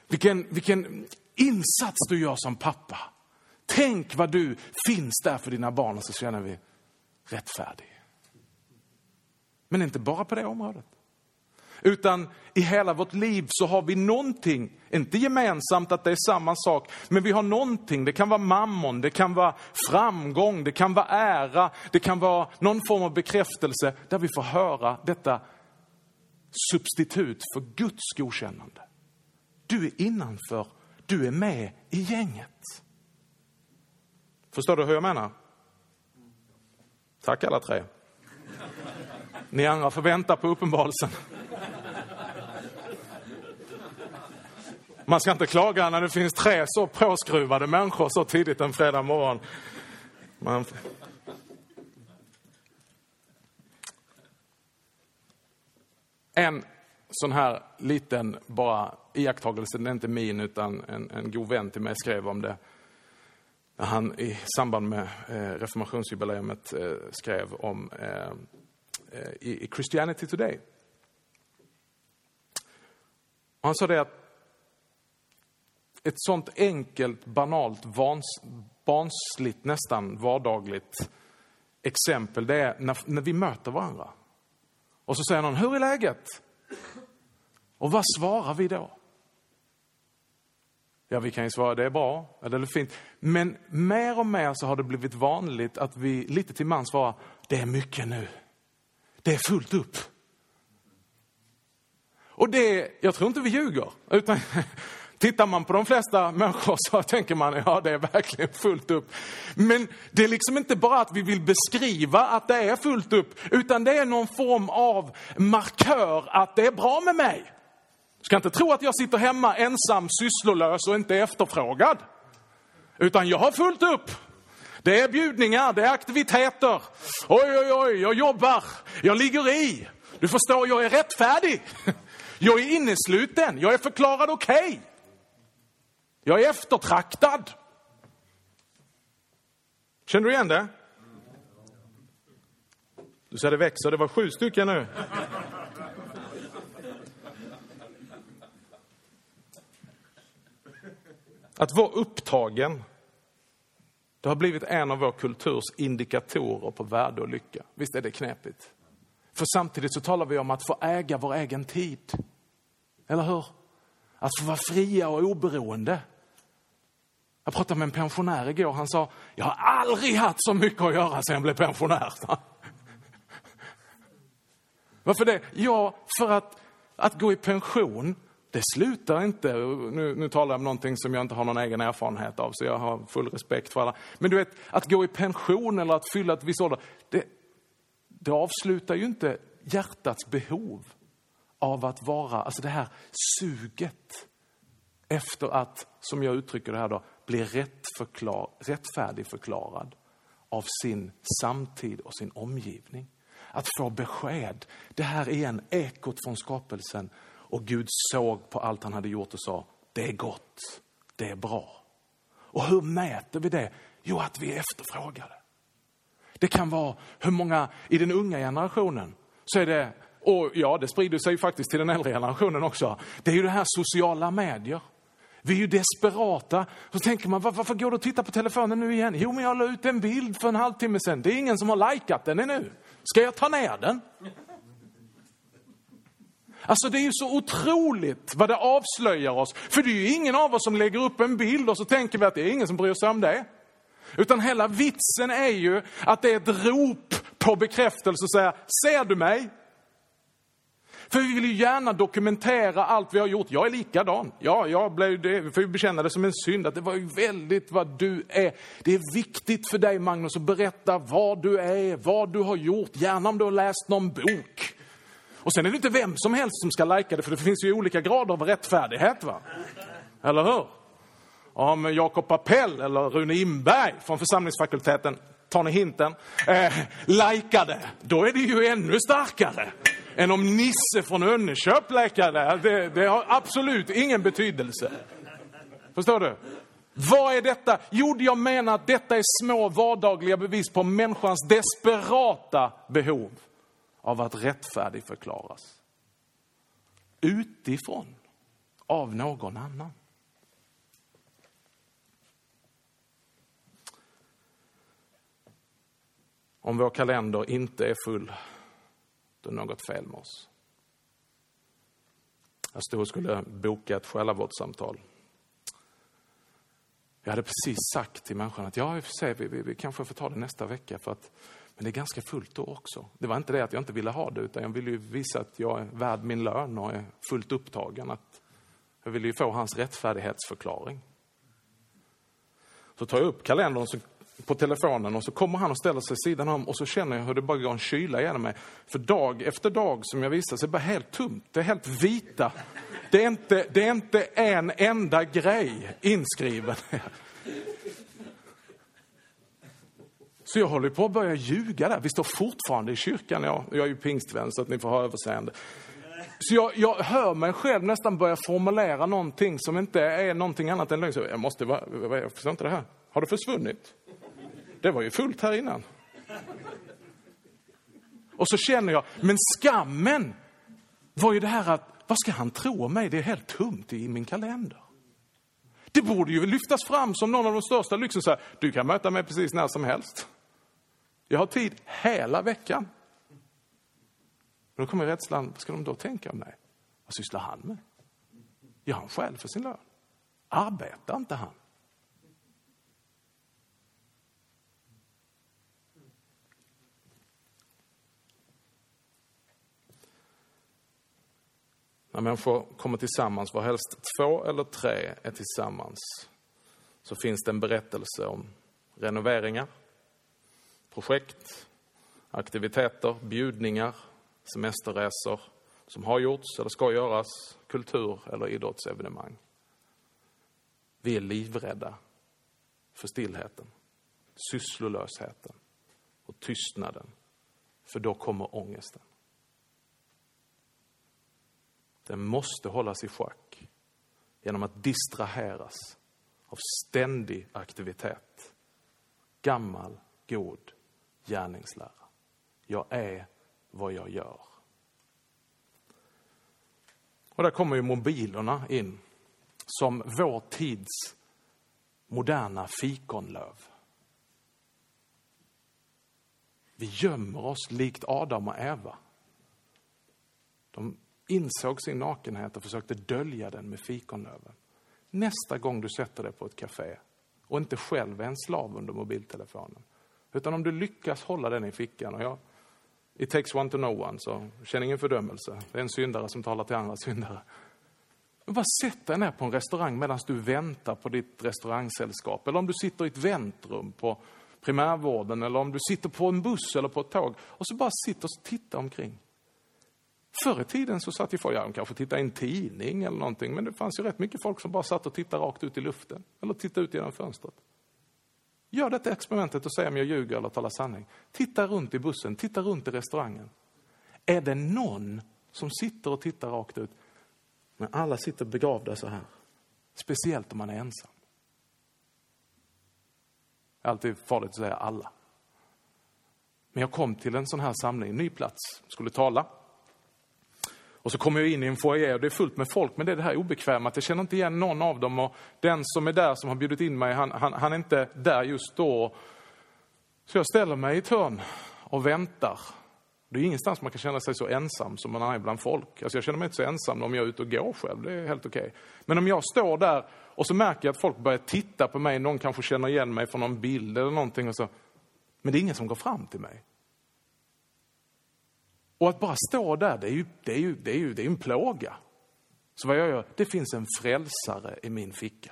insats du gör som pappa. Tänk vad du finns där för dina barn, och så känner vi rättfärdig. Men inte bara på det området. Utan i hela vårt liv så har vi någonting, inte gemensamt att det är samma sak, men vi har någonting. Det kan vara mammon, det kan vara framgång, det kan vara ära, det kan vara någon form av bekräftelse där vi får höra detta substitut för Guds godkännande. Du är innanför, du är med i gänget. Förstår du hur jag menar? Tack alla tre. Ni andra får vänta på uppenbarelsen. Man ska inte klaga när det finns 3 så påskruvade människor så tidigt en fredag morgon. En sån här liten bara iakttagelse, den är inte min utan en god vän till mig skrev om det. När han i samband med reformationsjubileumet skrev om i Christianity Today. Och han sa det att ett sånt enkelt, banalt, barnsligt, nästan vardagligt exempel, det är när vi möter varandra. Och så säger någon, hur är läget? Och vad svarar vi då? Ja, vi kan ju svara, det är bra, eller det är fint. Men mer och mer så har det blivit vanligt att vi lite till man svarar, det är mycket nu. Det är fullt upp. Och jag tror inte vi ljuger, utan tittar man på de flesta människor så tänker man, ja det är verkligen fullt upp. Men det är liksom inte bara att vi vill beskriva att det är fullt upp, utan det är någon form av markör att det är bra med mig. Ska inte tro att jag sitter hemma ensam, sysslolös och inte efterfrågad. Utan jag har fullt upp. Det är bjudningar, det är aktiviteter. Oj, jag jobbar, jag ligger i. Du förstår, jag är rättfärdig. Jag är innesluten, jag är förklarad okej. Jag är eftertraktad. Känner du igen det? Du ser det växer, det var 7 stycken nu. Att vara upptagen, det har blivit en av vår kulturs indikatorer på värde och lycka. Visst är det knepigt? För samtidigt så talar vi om att få äga vår egen tid. Eller hur? Att få vara fria och oberoende. Jag pratade med en pensionär igår. Han sa, jag har aldrig haft så mycket att göra sedan jag blev pensionär. Varför det? Ja, för att gå i pension, det slutar inte. Nu talar jag om någonting som jag inte har någon egen erfarenhet av, så jag har full respekt för alla. Men du vet, att gå i pension eller att fylla ett visst ålder, det avslutar ju inte hjärtats behov av att vara, alltså det här suget efter att, som jag uttrycker det här då, bli rättfärdigförklarad av sin samtid och sin omgivning. Att få besked. Det här är en ekot från skapelsen. Och Gud såg på allt han hade gjort och sa, det är gott, det är bra. Och hur mäter vi det? Jo, att vi är efterfrågade. Det kan vara hur många i den unga generationen så är det, och ja, det sprider sig faktiskt till den äldre generationen också. Det är ju det här sociala medier. Vi är ju desperata. Så tänker man, varför går du och tittar på telefonen nu igen? Jo, men jag la ut en bild för en halvtimme sedan. Det är ingen som har likat den ännu. Ska jag ta ner den? Alltså det är ju så otroligt vad det avslöjar oss. För det är ju ingen av oss som lägger upp en bild och så tänker vi att det är ingen som bryr sig om det. Utan hela vitsen är ju att det är ett rop på bekräftelse och säga, ser du mig? För vi vill ju gärna dokumentera allt vi har gjort. Jag är likadan. Ja, jag blev det. Vi får ju bekänna det som en synd. Att det var ju väldigt vad du är. Det är viktigt för dig, Magnus, att berätta vad du är, vad du har gjort. Gärna om du har läst någon bok. Och sen är det inte vem som helst som ska lajka det. För det finns ju olika grader av rättfärdighet, va? Eller hur? Om Jakob Appell eller Rune Imberg från församlingsfakulteten, tar ni hinten, lajkade. Då är det ju ännu starkare än om Nisse från Önneköp läkade. Det har absolut ingen betydelse. Förstår du? Vad är detta? Jo, jag menar att detta är små vardagliga bevis på människans desperata behov av att rättfärdigförklaras. Utifrån av någon annan. Om vår kalender inte är full, då är något fel med oss. Jag stod och skulle boka ett själavårdssamtal. Jag hade precis sagt till människan att ja, vi kanske får ta det nästa vecka, men det är ganska fullt då också. Det var inte det att jag inte ville ha det, utan jag ville ju visa att jag är värd min lön och är fullt upptagen. Att jag ville ju få hans rättfärdighetsförklaring. Så tar jag upp kalendern på telefonen och så kommer han och ställer sig sidan om och så känner jag hur det bara går en kyla igenom mig. För dag efter dag som jag visar så är det bara helt tomt. Det är helt vita. Det är inte en enda grej inskriven. Så jag håller på att börja ljuga där. Vi står fortfarande i kyrkan. Jag är ju pingstvän så att ni får ha överseende. Så jag hör mig själv nästan börja formulera någonting som inte är någonting annat än lögn. Jag förstår inte det här. Har det försvunnit? Det var ju fullt här innan. Och så känner jag, men skammen var ju det här att, vad ska han tro om mig? Det är helt tomt i min kalender. Det borde ju lyftas fram som någon av de största lyxen. Så här, du kan möta mig precis när som helst. Jag har tid hela veckan. Och då kommer rädslan, vad ska de då tänka om mig? Vad sysslar han med? Gör han själv för sin lön? Arbetar inte han? När människor kommer tillsammans, var helst 2 eller 3 är tillsammans, så finns det en berättelse om renoveringar, projekt, aktiviteter, bjudningar, semesterresor som har gjorts eller ska göras, kultur- eller idrottsevenemang. Vi är livrädda för stillheten, sysslolösheten och tystnaden. För då kommer ångesten. Den måste hållas i schack genom att distraheras av ständig aktivitet. Gammal, god gärningslära. Jag är vad jag gör. Och där kommer ju mobilerna in som vår tids moderna fikonlöv. Vi gömmer oss likt Adam och Eva. De insåg sin nakenhet och försökte dölja den med fikonlöven. Nästa gång du sätter dig på ett café och inte själv är en slav under mobiltelefonen, utan om du lyckas hålla den i fickan, och it takes one to know one, så känn ingen fördömelse. Det är en syndare som talar till andra syndare. Men bara sätt dig ner på en restaurang medan du väntar på ditt restaurangsällskap. Eller om du sitter i ett väntrum på primärvården, eller om du sitter på en buss eller på ett tåg, och så bara sitter och tittar omkring. Förr i tiden så satt ju folk, de kanske tittade i en tidning eller någonting, men det fanns ju rätt mycket folk som bara satt och tittade rakt ut i luften, eller tittade ut genom fönstret. Gör detta experimentet och säg om jag ljuger eller talar sanning. Titta runt i bussen, titta runt i restaurangen. Är det någon som sitter och tittar rakt ut? Men alla sitter begravda så här. Speciellt om man är ensam. Det är alltid farligt att säga alla. Men jag kom till en sån här samling, ny plats, skulle tala. Och så kommer jag in i en foyer och det är fullt med folk, men det är det här obekväma att jag känner inte igen någon av dem. Och den som är där, som har bjudit in mig, han är inte där just då. Så jag ställer mig i ett hörn och väntar. Det är ingenstans man kan känna sig så ensam som man är bland folk. Alltså jag känner mig inte så ensam om jag är ute och går själv, det är helt okej. Men om jag står där och så märker jag att folk börjar titta på mig, någon kanske känner igen mig från någon bild eller någonting, och så, men det är ingen som går fram till mig. Och att bara stå där, det är en plåga. Så vad jag gör, det finns en frälsare i min ficka.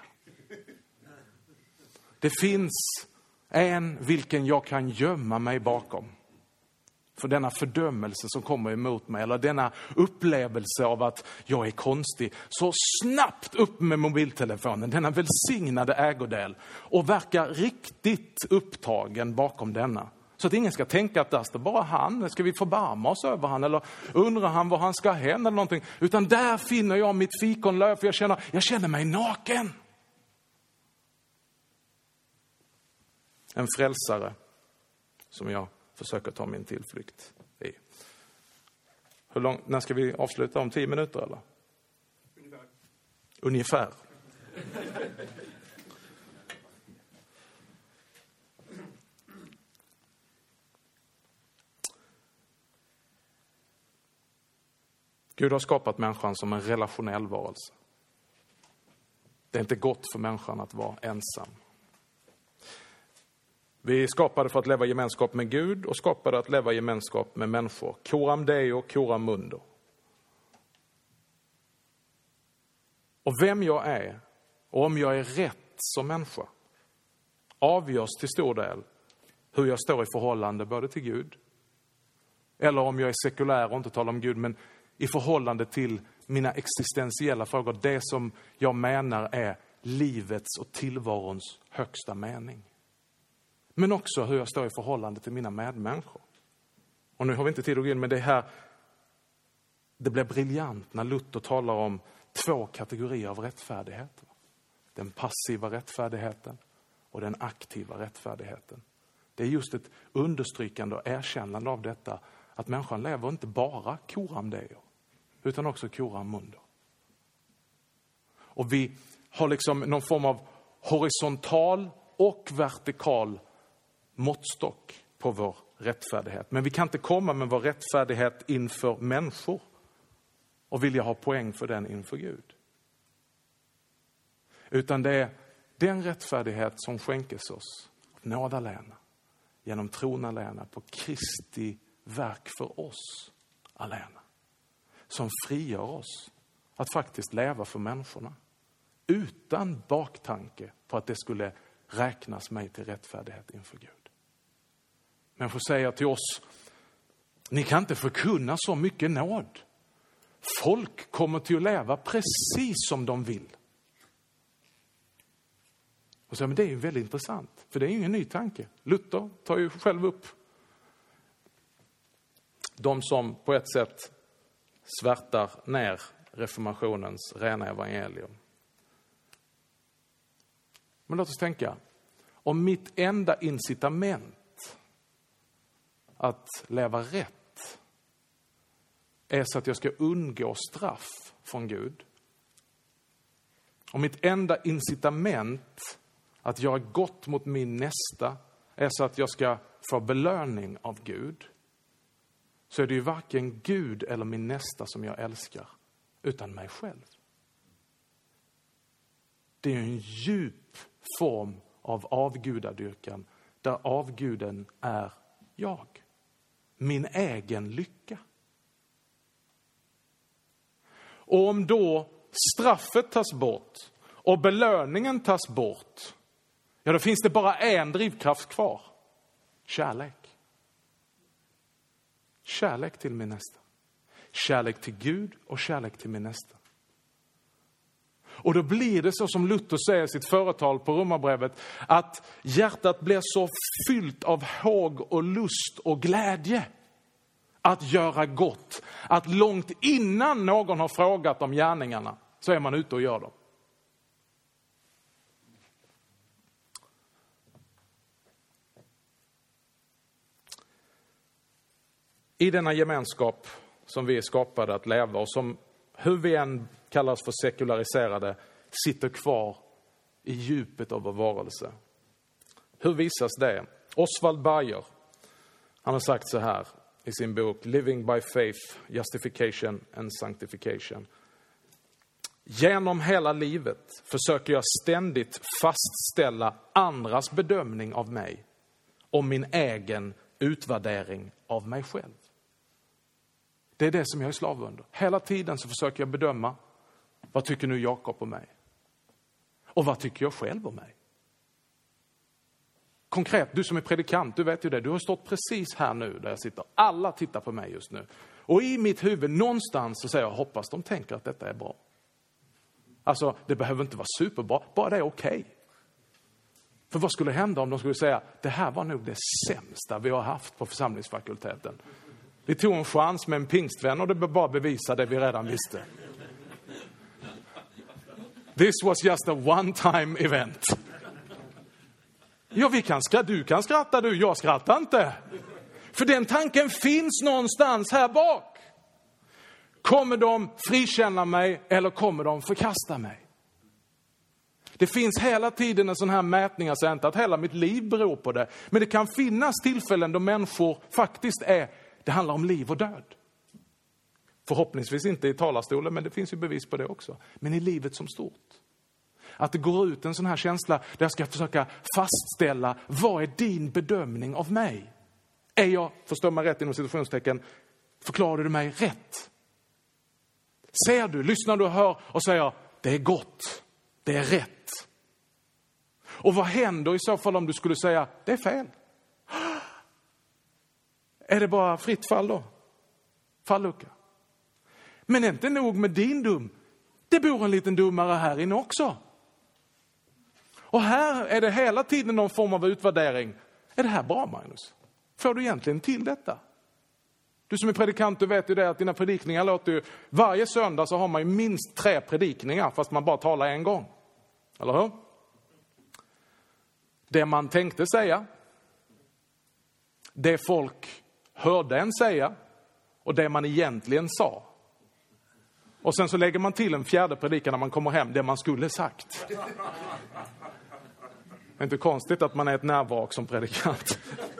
Det finns en vilken jag kan gömma mig bakom. För denna fördömelse som kommer emot mig, eller denna upplevelse av att jag är konstig. Så snabbt upp med mobiltelefonen, denna välsignade ägodel, och verkar riktigt upptagen bakom denna. Så att ingen ska tänka att där står bara han, ska vi förbarma oss över han, eller undrar han var han ska hen eller någonting. Utan där finner jag mitt fikonlöv, för jag känner mig naken. En frälsare som jag försöker ta min tillflykt i. När ska vi avsluta? Om 10 minuter eller? Ungefär. Gud har skapat människan som en relationell varelse. Det är inte gott för människan att vara ensam. Vi är skapade för att leva i gemenskap med Gud och skapade att leva i gemenskap med människor. Coram Deo, coram mundo. Och vem jag är och om jag är rätt som människa avgörs till stor del hur jag står i förhållande både till Gud, eller om jag är sekulär och inte talar om Gud, men i förhållande till mina existentiella frågor, det som jag menar är livets och tillvarons högsta mening. Men också hur jag står i förhållande till mina medmänniskor. Och nu har vi inte tid att gå in med det här. Det blir briljant när Luther talar om 2 kategorier av rättfärdighet. Den passiva rättfärdigheten och den aktiva rättfärdigheten. Det är just ett understrykande och erkännande av detta, att människan lever inte bara coram Deo, utan också coram mundo. Och vi har liksom någon form av horisontal och vertikal måttstock på vår rättfärdighet. Men vi kan inte komma med vår rättfärdighet inför människor och vilja ha poäng för den inför Gud. Utan det är den rättfärdighet som skänkes oss av nåd alena, genom tron alena på Kristi verk för oss alena, som frigör oss att faktiskt leva för människorna utan baktanke på att det skulle räknas mig till rättfärdighet inför Gud. Människor säger till oss, ni kan inte förkunna så mycket nåd. folk kommer till att leva precis som de vill. Och så, men det är ju väldigt intressant, för det är ingen ny tanke. Luther tar ju själv upp de som på ett sätt svärtar ner reformationens rena evangelium. Men låt oss tänka, om mitt enda incitament att leva rätt är så att jag ska undgå straff från Gud. Om mitt enda incitament att göra gott mot min nästa är så att jag ska få belöning av Gud, så är det ju varken Gud eller min nästa som jag älskar, utan mig själv. Det är en djup form av avgudadyrkan, där avguden är jag. Min egen lycka. Och om då straffet tas bort och belöningen tas bort, ja, då finns det bara en drivkraft kvar. Kärlek. Kärlek till min nästa. Kärlek till Gud och kärlek till min nästa. Och då blir det så som Luther säger i sitt företal på Romarbrevet, att hjärtat blir så fyllt av håg och lust och glädje att göra gott, att långt innan någon har frågat om gärningarna så är man ute och gör dem. I denna gemenskap som vi är skapade att leva och som, hur vi än kallas för sekulariserade, sitter kvar i djupet av vår varelse. Hur visas det? Oswald Bayer, han har sagt så här i sin bok Living by Faith, Justification and Sanctification. Genom hela livet försöker jag ständigt fastställa andras bedömning av mig och min egen utvärdering av mig själv. Det är det som jag är slav under. Hela tiden så försöker jag bedöma, vad tycker nu Jakob om mig? Och vad tycker jag själv om mig? Konkret, du som är predikant, du vet ju det. Du har stått precis här nu där jag sitter. Alla tittar på mig just nu. Och i mitt huvud någonstans så säger jag, hoppas de tänker att detta är bra. Alltså, det behöver inte vara superbra, bara det är okej. För vad skulle hända om de skulle säga, det här var nog det sämsta vi har haft på församlingsfakulteten. Vi tog en chans med en pingstvän och det bara bevisa det vi redan visste. This was just a one-time event. Ja, du kan skratta, jag skrattar inte. För den tanken finns någonstans här bak. Kommer de frikänna mig eller kommer de förkasta mig? Det finns hela tiden en sån här mätning, jag säger inte att hela mitt liv beror på det. Men det kan finnas tillfällen då människor faktiskt det handlar om liv och död. Förhoppningsvis inte i talarstolen, men det finns ju bevis på det också. Men i livet som stort. Att det går ut en sån här känsla där jag ska försöka fastställa, vad är din bedömning av mig? Är jag, förstår man rätt inom situationstecken, förklarar du mig rätt? Ser du, lyssnar du och hör och säger, det är gott, det är rätt. Och vad händer i så fall om du skulle säga, det är fel? Är det bara fritt fall då? Fallucka. Men inte nog med din dum. Det bor en liten dummare här inne också. Och här är det hela tiden någon form av utvärdering. Är det här bra, Magnus? Får du egentligen till detta? Du som är predikant, du vet ju det att dina predikningar låter ju... Varje söndag så har man ju minst 3 predikningar fast man bara talar en gång. Eller hur? Det man tänkte säga. Det folk hörde en säga. Och det man egentligen sa. Och sen så lägger man till en 4:e predikan när man kommer hem. Det man skulle sagt. Det är inte konstigt att man är ett närvak som predikant.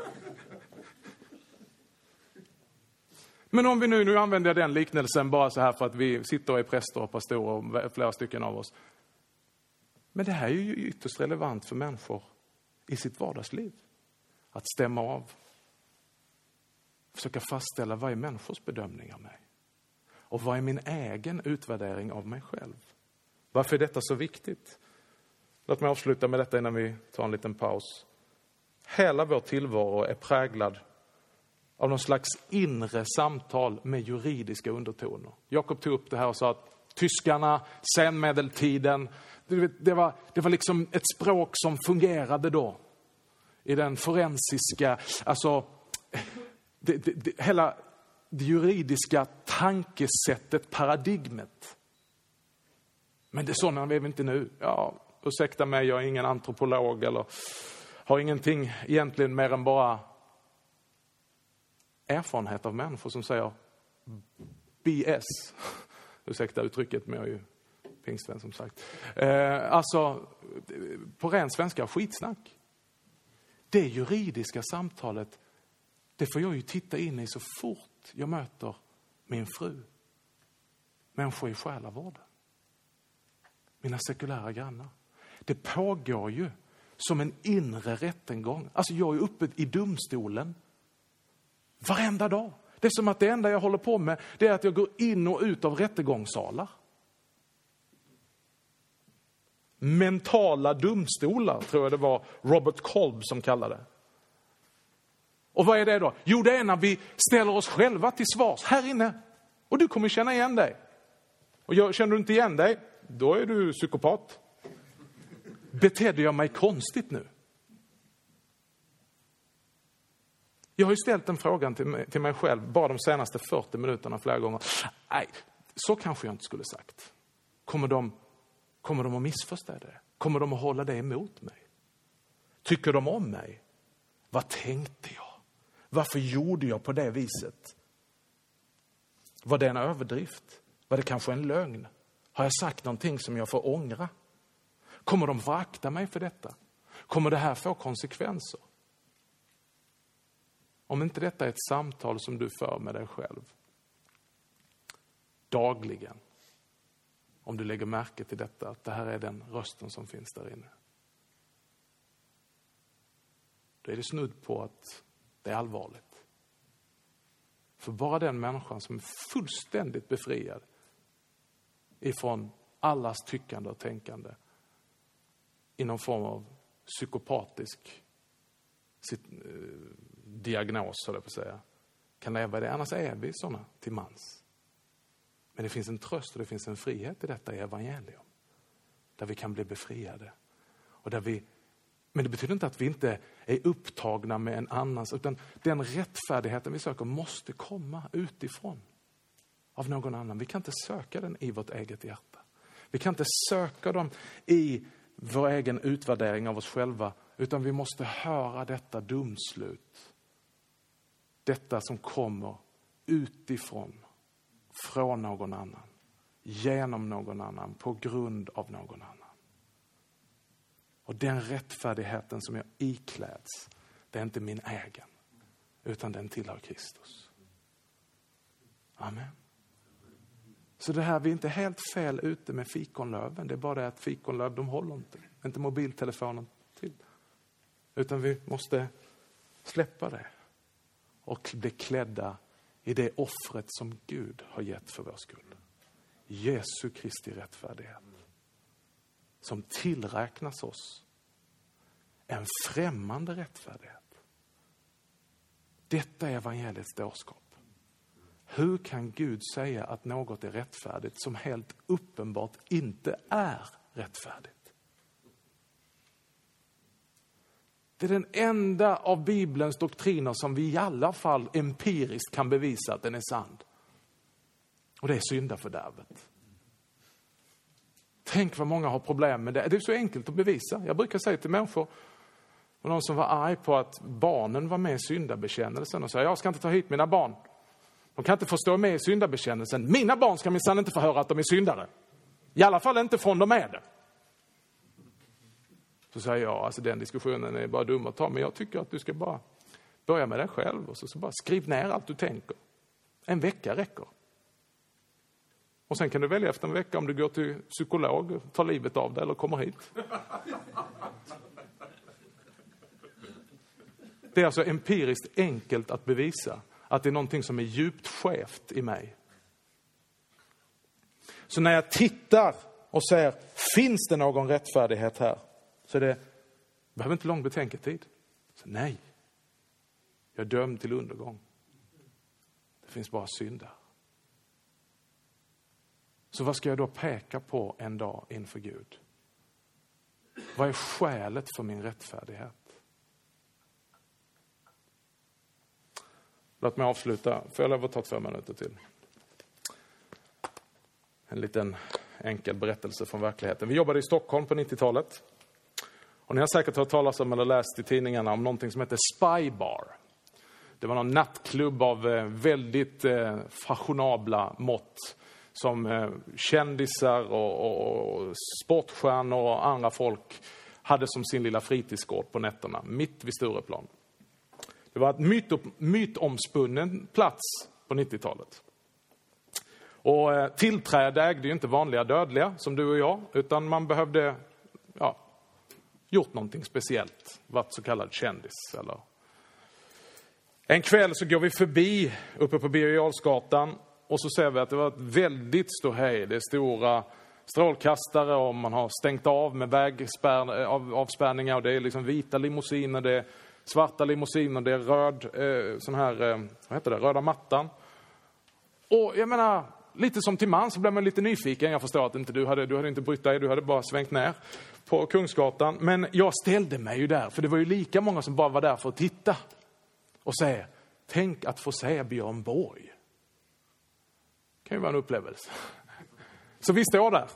Men om vi nu använder den liknelsen bara så här för att vi sitter och är präster och pastorer och flera stycken av oss. Men det här är ju ytterst relevant för människor i sitt vardagsliv. Att stämma av. Försöka fastställa vad är människors bedömning av mig. Och vad är min egen utvärdering av mig själv? Varför är detta så viktigt? Låt mig avsluta med detta innan vi tar en liten paus. Hela vår tillvaro är präglad av någon slags inre samtal med juridiska undertoner. Jakob tog upp det här och sa att tyskarna, senmedeltiden, det var liksom ett språk som fungerade då. I den forensiska, alltså hela det juridiska tankesättet, paradigmet. Men det är sådana vi inte nu. Ja, ursäkta mig, jag är ingen antropolog eller har ingenting egentligen mer än bara erfarenhet av människor som säger BS. Ursäkta uttrycket, men jag är ju pingstvän som sagt. Alltså, på ren svenska, skitsnack. Det juridiska samtalet, det får jag ju titta in i så fort jag möter min fru. Människor i själavården. Mina sekulära grannar. Det pågår ju som en inre rättengång. Alltså jag är uppe i domstolen varenda dag. Det är som att det enda jag håller på med, det är att jag går in och ut av rättegångssalar. Mentala domstolar, tror jag det var Robert Kolb som kallade det. Och vad är det då? Jo, det är när vi ställer oss själva till svars här inne. Och du kommer känna igen dig. Och känner du inte igen dig, då är du psykopat. Betedde jag mig konstigt nu? Jag har ju ställt den frågan till mig själv bara de senaste 40 minuterna flera gånger. Nej, så kanske jag inte skulle sagt. Kommer de att missförstå det? Kommer de att hålla det emot mig? Tycker de om mig? Vad tänkte jag? Varför gjorde jag på det viset? Var det en överdrift? Var det kanske en lögn? Har jag sagt någonting som jag får ångra? Kommer de vakta mig för detta? Kommer det här få konsekvenser? Om inte detta är ett samtal som du för med dig själv dagligen, om du lägger märke till detta, att det här är den rösten som finns där inne, då är det snudd på att det är allvarligt. För bara den människan som är fullständigt befriad ifrån allas tyckande och tänkande i någon form av psykopatisk diagnos, så på att säga, kan leva det. Annars är vi sådana till mans. Men det finns en tröst och det finns en frihet i detta i evangelium. Där vi kan bli befriade. Och men det betyder inte att vi inte är upptagna med en annans, utan den rättfärdigheten vi söker måste komma utifrån. Av någon annan. Vi kan inte söka den i vårt eget hjärta. Vi kan inte söka dem i vår egen utvärdering av oss själva, utan vi måste höra detta domslut. Detta som kommer utifrån, från någon annan, genom någon annan, på grund av någon annan. Och den rättfärdigheten som jag ikläds, det är inte min egen, utan den tillhör Kristus. Amen. Så det här, vi är inte helt fel ute med fikonlöven. Det är bara det att fikonlöv, de håller inte mobiltelefonen till. Utan vi måste släppa det och bli klädda i det offret som Gud har gett för vår skull. Jesu Kristi rättfärdighet. Som tillräknas oss. En främmande rättfärdighet. Detta är evangeliets dårskap. Hur kan Gud säga att något är rättfärdigt som helt uppenbart inte är rättfärdigt? Det är den enda av Bibelns doktriner som vi i alla fall empiriskt kan bevisa att den är sann. Och det är syndafördärvet. Tänk vad många har problem med det. Det är så enkelt att bevisa. Jag brukar säga till människor, och någon som var arg på att barnen var med i syndabekännelsen och säger, jag ska inte ta hit mina barn. De kan inte få stå med i syndabekännelsen. Mina barn ska minsann inte få höra att de är syndare. I alla fall inte från de är det. Så säger jag, alltså den diskussionen är bara dum att ta. Men jag tycker att du ska bara börja med dig själv. Och så bara skriv ner allt du tänker. En vecka räcker. Och sen kan du välja efter en vecka om du går till psykolog, tar livet av dig eller kommer hit. Det är alltså empiriskt enkelt att bevisa att det är någonting som är djupt skevt i mig. Så när jag tittar och ser, finns det någon rättfärdighet här? Så det behöver inte lång betänketid. Så nej, jag är dömd till undergång. finns bara synder. Så vad ska jag då peka på en dag inför Gud? Vad är skälet för min rättfärdighet? Låt mig avsluta. Får jag lov att ta 2 minuter till? En liten enkel berättelse från verkligheten. Vi jobbade i Stockholm på 90-talet. Och ni har säkert hört talas om eller läst i tidningarna om någonting som heter Spy Bar. Det var någon nattklubb av väldigt fashionabla mått. Som kändisar och sportstjärnor och andra folk hade som sin lilla fritidsgård på nätterna. Mitt vid Stureplan. Det var ett mytomspunnen plats på 90-talet. Och tillträde ägde ju inte vanliga dödliga som du och jag. Utan man behövde gjort någonting speciellt. Varit så kallad kändis. Eller. En kväll så går vi förbi uppe på Birger Jarlsgatan. Och så ser vi att det var ett väldigt ståhej. Det är stora strålkastare och man har stängt av med vägavspärrningar. Och det är liksom vita limousiner, det är svarta limousiner, det är röda mattan. Och jag menar, lite som till man så blev man lite nyfiken. Jag förstår att inte du hade inte brytt dig, du hade bara svängt ner på Kungsgatan. Men jag ställde mig ju där, för det var ju lika många som bara var där för att titta. Och säga, tänk att få se Björn Borg. Det kan ju vara en upplevelse. Så vi står där.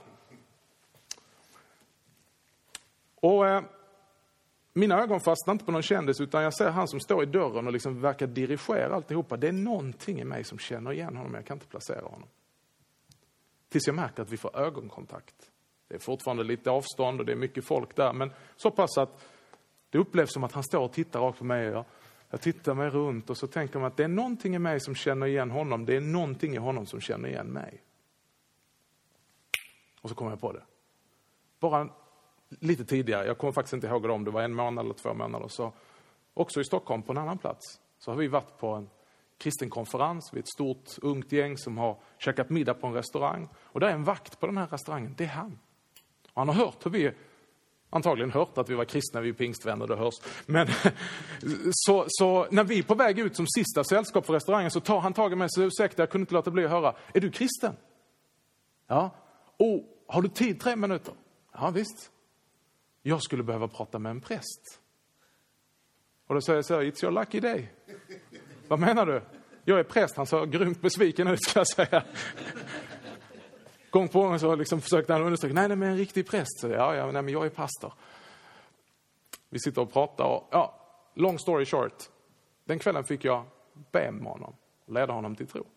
Och mina ögon fastnar inte på någon kändis, utan jag ser han som står i dörren och liksom verkar dirigera alltihopa. Det är någonting i mig som känner igen honom, jag kan inte placera honom. Tills jag märker att vi får ögonkontakt. Det är fortfarande lite avstånd och det är mycket folk där, men så pass att det upplevs som att han står och tittar rakt på mig och jag tittar mig runt och så tänker man att det är någonting i mig som känner igen honom. Det är någonting i honom som känner igen mig. Och så kommer jag på det. Bara lite tidigare, jag kommer faktiskt inte ihåg om det var 1 månad eller 2 månader. Så också i Stockholm på en annan plats så har vi varit på en kristen konferens. Vi är ett stort ungt gäng som har käkat middag på en restaurang. Och där är en vakt på den här restaurangen, det är han. Och han har hört hur vi antagligen hört att vi var kristna, vi är pingstvänner, det hörs. Men så när vi är på väg ut som sista sällskap för restaurangen så tar han tag i mig så ursäkta, jag kunde inte låta bli att höra. Är du kristen? Ja. Och har du tid 3 minuter? Ja, visst. Jag skulle behöva prata med en präst. Och då säger jag så här, it's your lucky day. Vad menar du? Jag är präst, han sa grymt besviken ut ska jag säga. Gång på gång så liksom försökte han understryka, nej men en riktig präst. Så nej, men jag är pastor. Vi sitter och pratar och long story short. Den kvällen fick jag be med honom och leda honom till tro.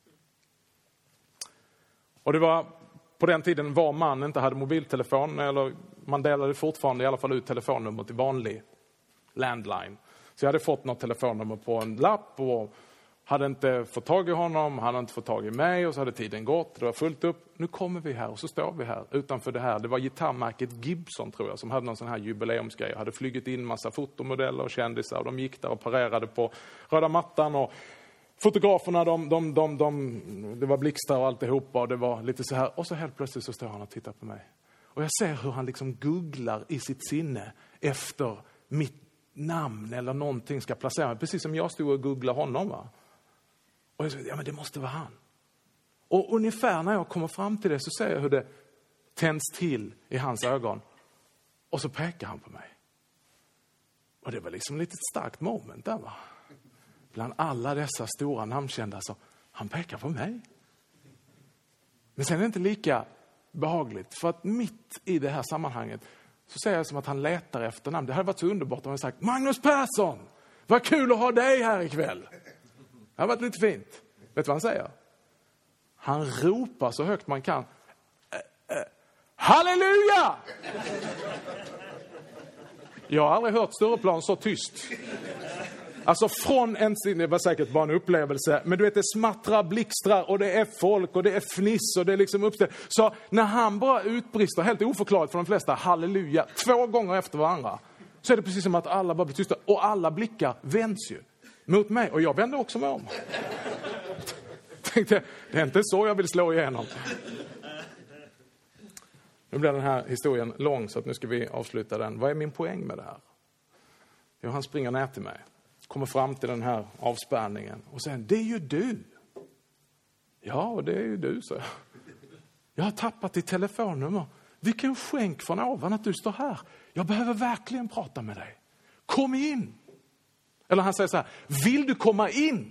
Och det var på den tiden var man inte hade mobiltelefon, eller man delade fortfarande i alla fall ut telefonnummer till vanlig landline. Så jag hade fått något telefonnummer på en lapp och hade inte fått tag i honom, hade inte fått tag i mig och så hade tiden gått. Det var fullt upp. Nu kommer vi här och så står vi här utanför det här. Det var gitarrmärket Gibson tror jag som hade någon sån här jubileumsgrej. Hade flygit in massa fotomodeller och kändisar och de gick där och parerade på röda mattan och fotograferna det var blixtar och alltihopa och det var lite så här. Och så helt plötsligt så står han och tittar på mig. Och jag ser hur han liksom googlar i sitt sinne efter mitt namn eller någonting ska placera mig. Precis som jag stod och googlade honom va. Och jag sa, men det måste vara han. Och ungefär när jag kommer fram till det så ser jag hur det tänds till i hans ögon. Och så pekar han på mig. Och det var liksom lite starkt moment där va. Bland alla dessa stora namnkända så han pekar på mig. Men sen är det inte lika behagligt. För att mitt i det här sammanhanget så säger jag som att han letar efter namn. Det hade varit så underbart om han sagt, Magnus Persson, vad kul att ha dig här ikväll. Det har varit lite fint. Vet du vad han säger? Han ropar så högt man kan. Halleluja! Jag har aldrig hört Stureplan så tyst. Alltså från en sida, det var säkert bara en upplevelse. Men du vet, det smattrar, blixtrar och det är folk och det är fniss och det är liksom uppställt. Så när han bara utbrister, helt oförklarat för de flesta, halleluja, 2 gånger efter varandra. Så är det precis som att alla bara blir tysta. Och alla blickar vänds ju mot mig. Och jag vände också mig om. Tänkte, det är inte så jag vill slå igenom. Nu blir den här historien lång så att nu ska vi avsluta den. Vad är min poäng med det här? Jo, han springer ner till mig. Kommer fram till den här avspärrningen. Och säger, det är ju du. Ja, och det är ju du, så. Jag har tappat ditt telefonnummer. Vilken skänk från ovan att du står här. Jag behöver verkligen prata med dig. Kom in. Eller han säger så här, vill du komma in?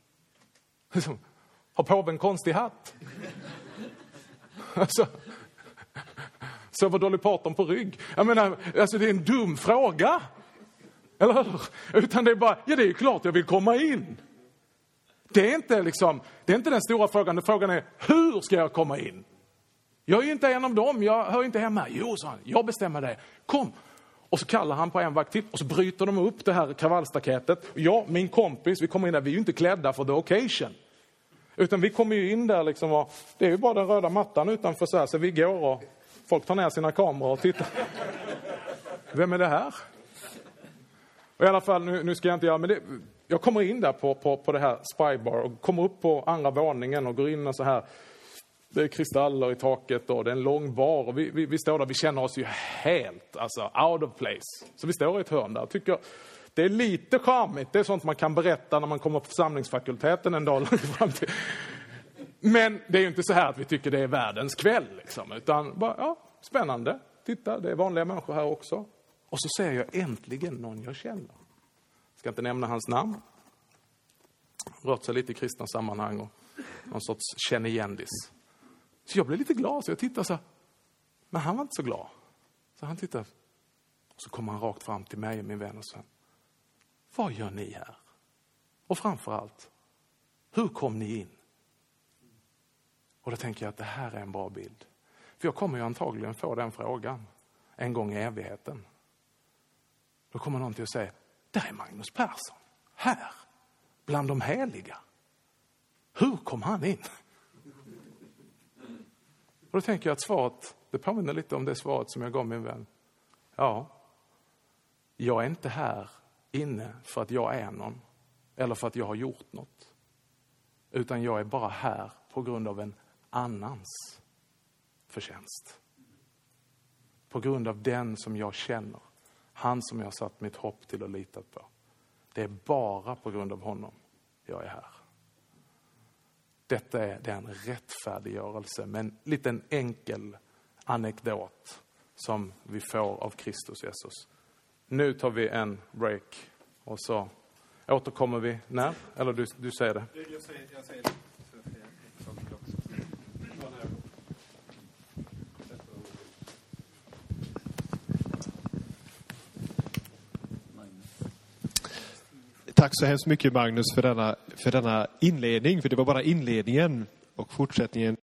Har påven en konstig hatt? Alltså, så var Dolly Parton på rygg. Jag menar, alltså det är en dum fråga. Eller hur? Utan det är bara, ja det är klart jag vill komma in. Det är inte den stora frågan. Frågan är, hur ska jag komma in? Jag är ju inte en av dem, jag hör inte hemma. Jo, sa han, jag bestämmer det. Kom. Och så kallar han på en vakt till och så bryter de upp det här kravallstaketet. Jag, min kompis, vi kommer in där, vi är ju inte klädda för the occasion. Utan vi kommer ju in där liksom och det är ju bara den röda mattan utanför så här. Så vi går och folk tar ner sina kameror och tittar. Vem är det här? Och i alla fall, nu ska jag inte göra, men jag kommer in där på det här spybar och kommer upp på andra våningen och går in och så här. Det är kristaller i taket och det är en lång bar och vi står där, vi känner oss ju helt out of place. Så vi står i ett hörn där och tycker det är lite charmigt. Det är sånt man kan berätta när man kommer på församlingsfakulteten en dag fram till. Men det är ju inte så här att vi tycker det är världens kväll liksom, utan bara, ja, spännande. Titta, det är vanliga människor här också. Och så ser jag äntligen någon jag känner. Ska inte nämna hans namn. Rört sig lite i kristna sammanhang och någon sorts kännigendis. Så jag blev lite glad, så jag tittar så här. Men han var inte så glad. Så han tittar. Och så kommer han rakt fram till mig och min vän och säger, vad gör ni här? Och framförallt, hur kom ni in? Och då tänker jag att det här är en bra bild. För jag kommer ju antagligen få den frågan en gång i evigheten. Då kommer någon till att säga, där är Magnus Persson. Här, bland de heliga. Hur kom han in? Och då tänker jag att svaret, det påminner lite om det svaret som jag gav min vän. Ja, jag är inte här inne för att jag är någon. Eller för att jag har gjort något. Utan jag är bara här på grund av en annans förtjänst. På grund av den som jag känner. Han som jag har satt mitt hopp till och litat på. Det är bara på grund av honom jag är här. Detta är en rättfärdiggörelse med en liten enkel anekdot som vi får av Kristus Jesus. Nu tar vi en break och så återkommer vi när? Eller du säger det? Jag säger det. Tack så hemskt mycket Magnus för denna inledning, för det var bara inledningen och fortsättningen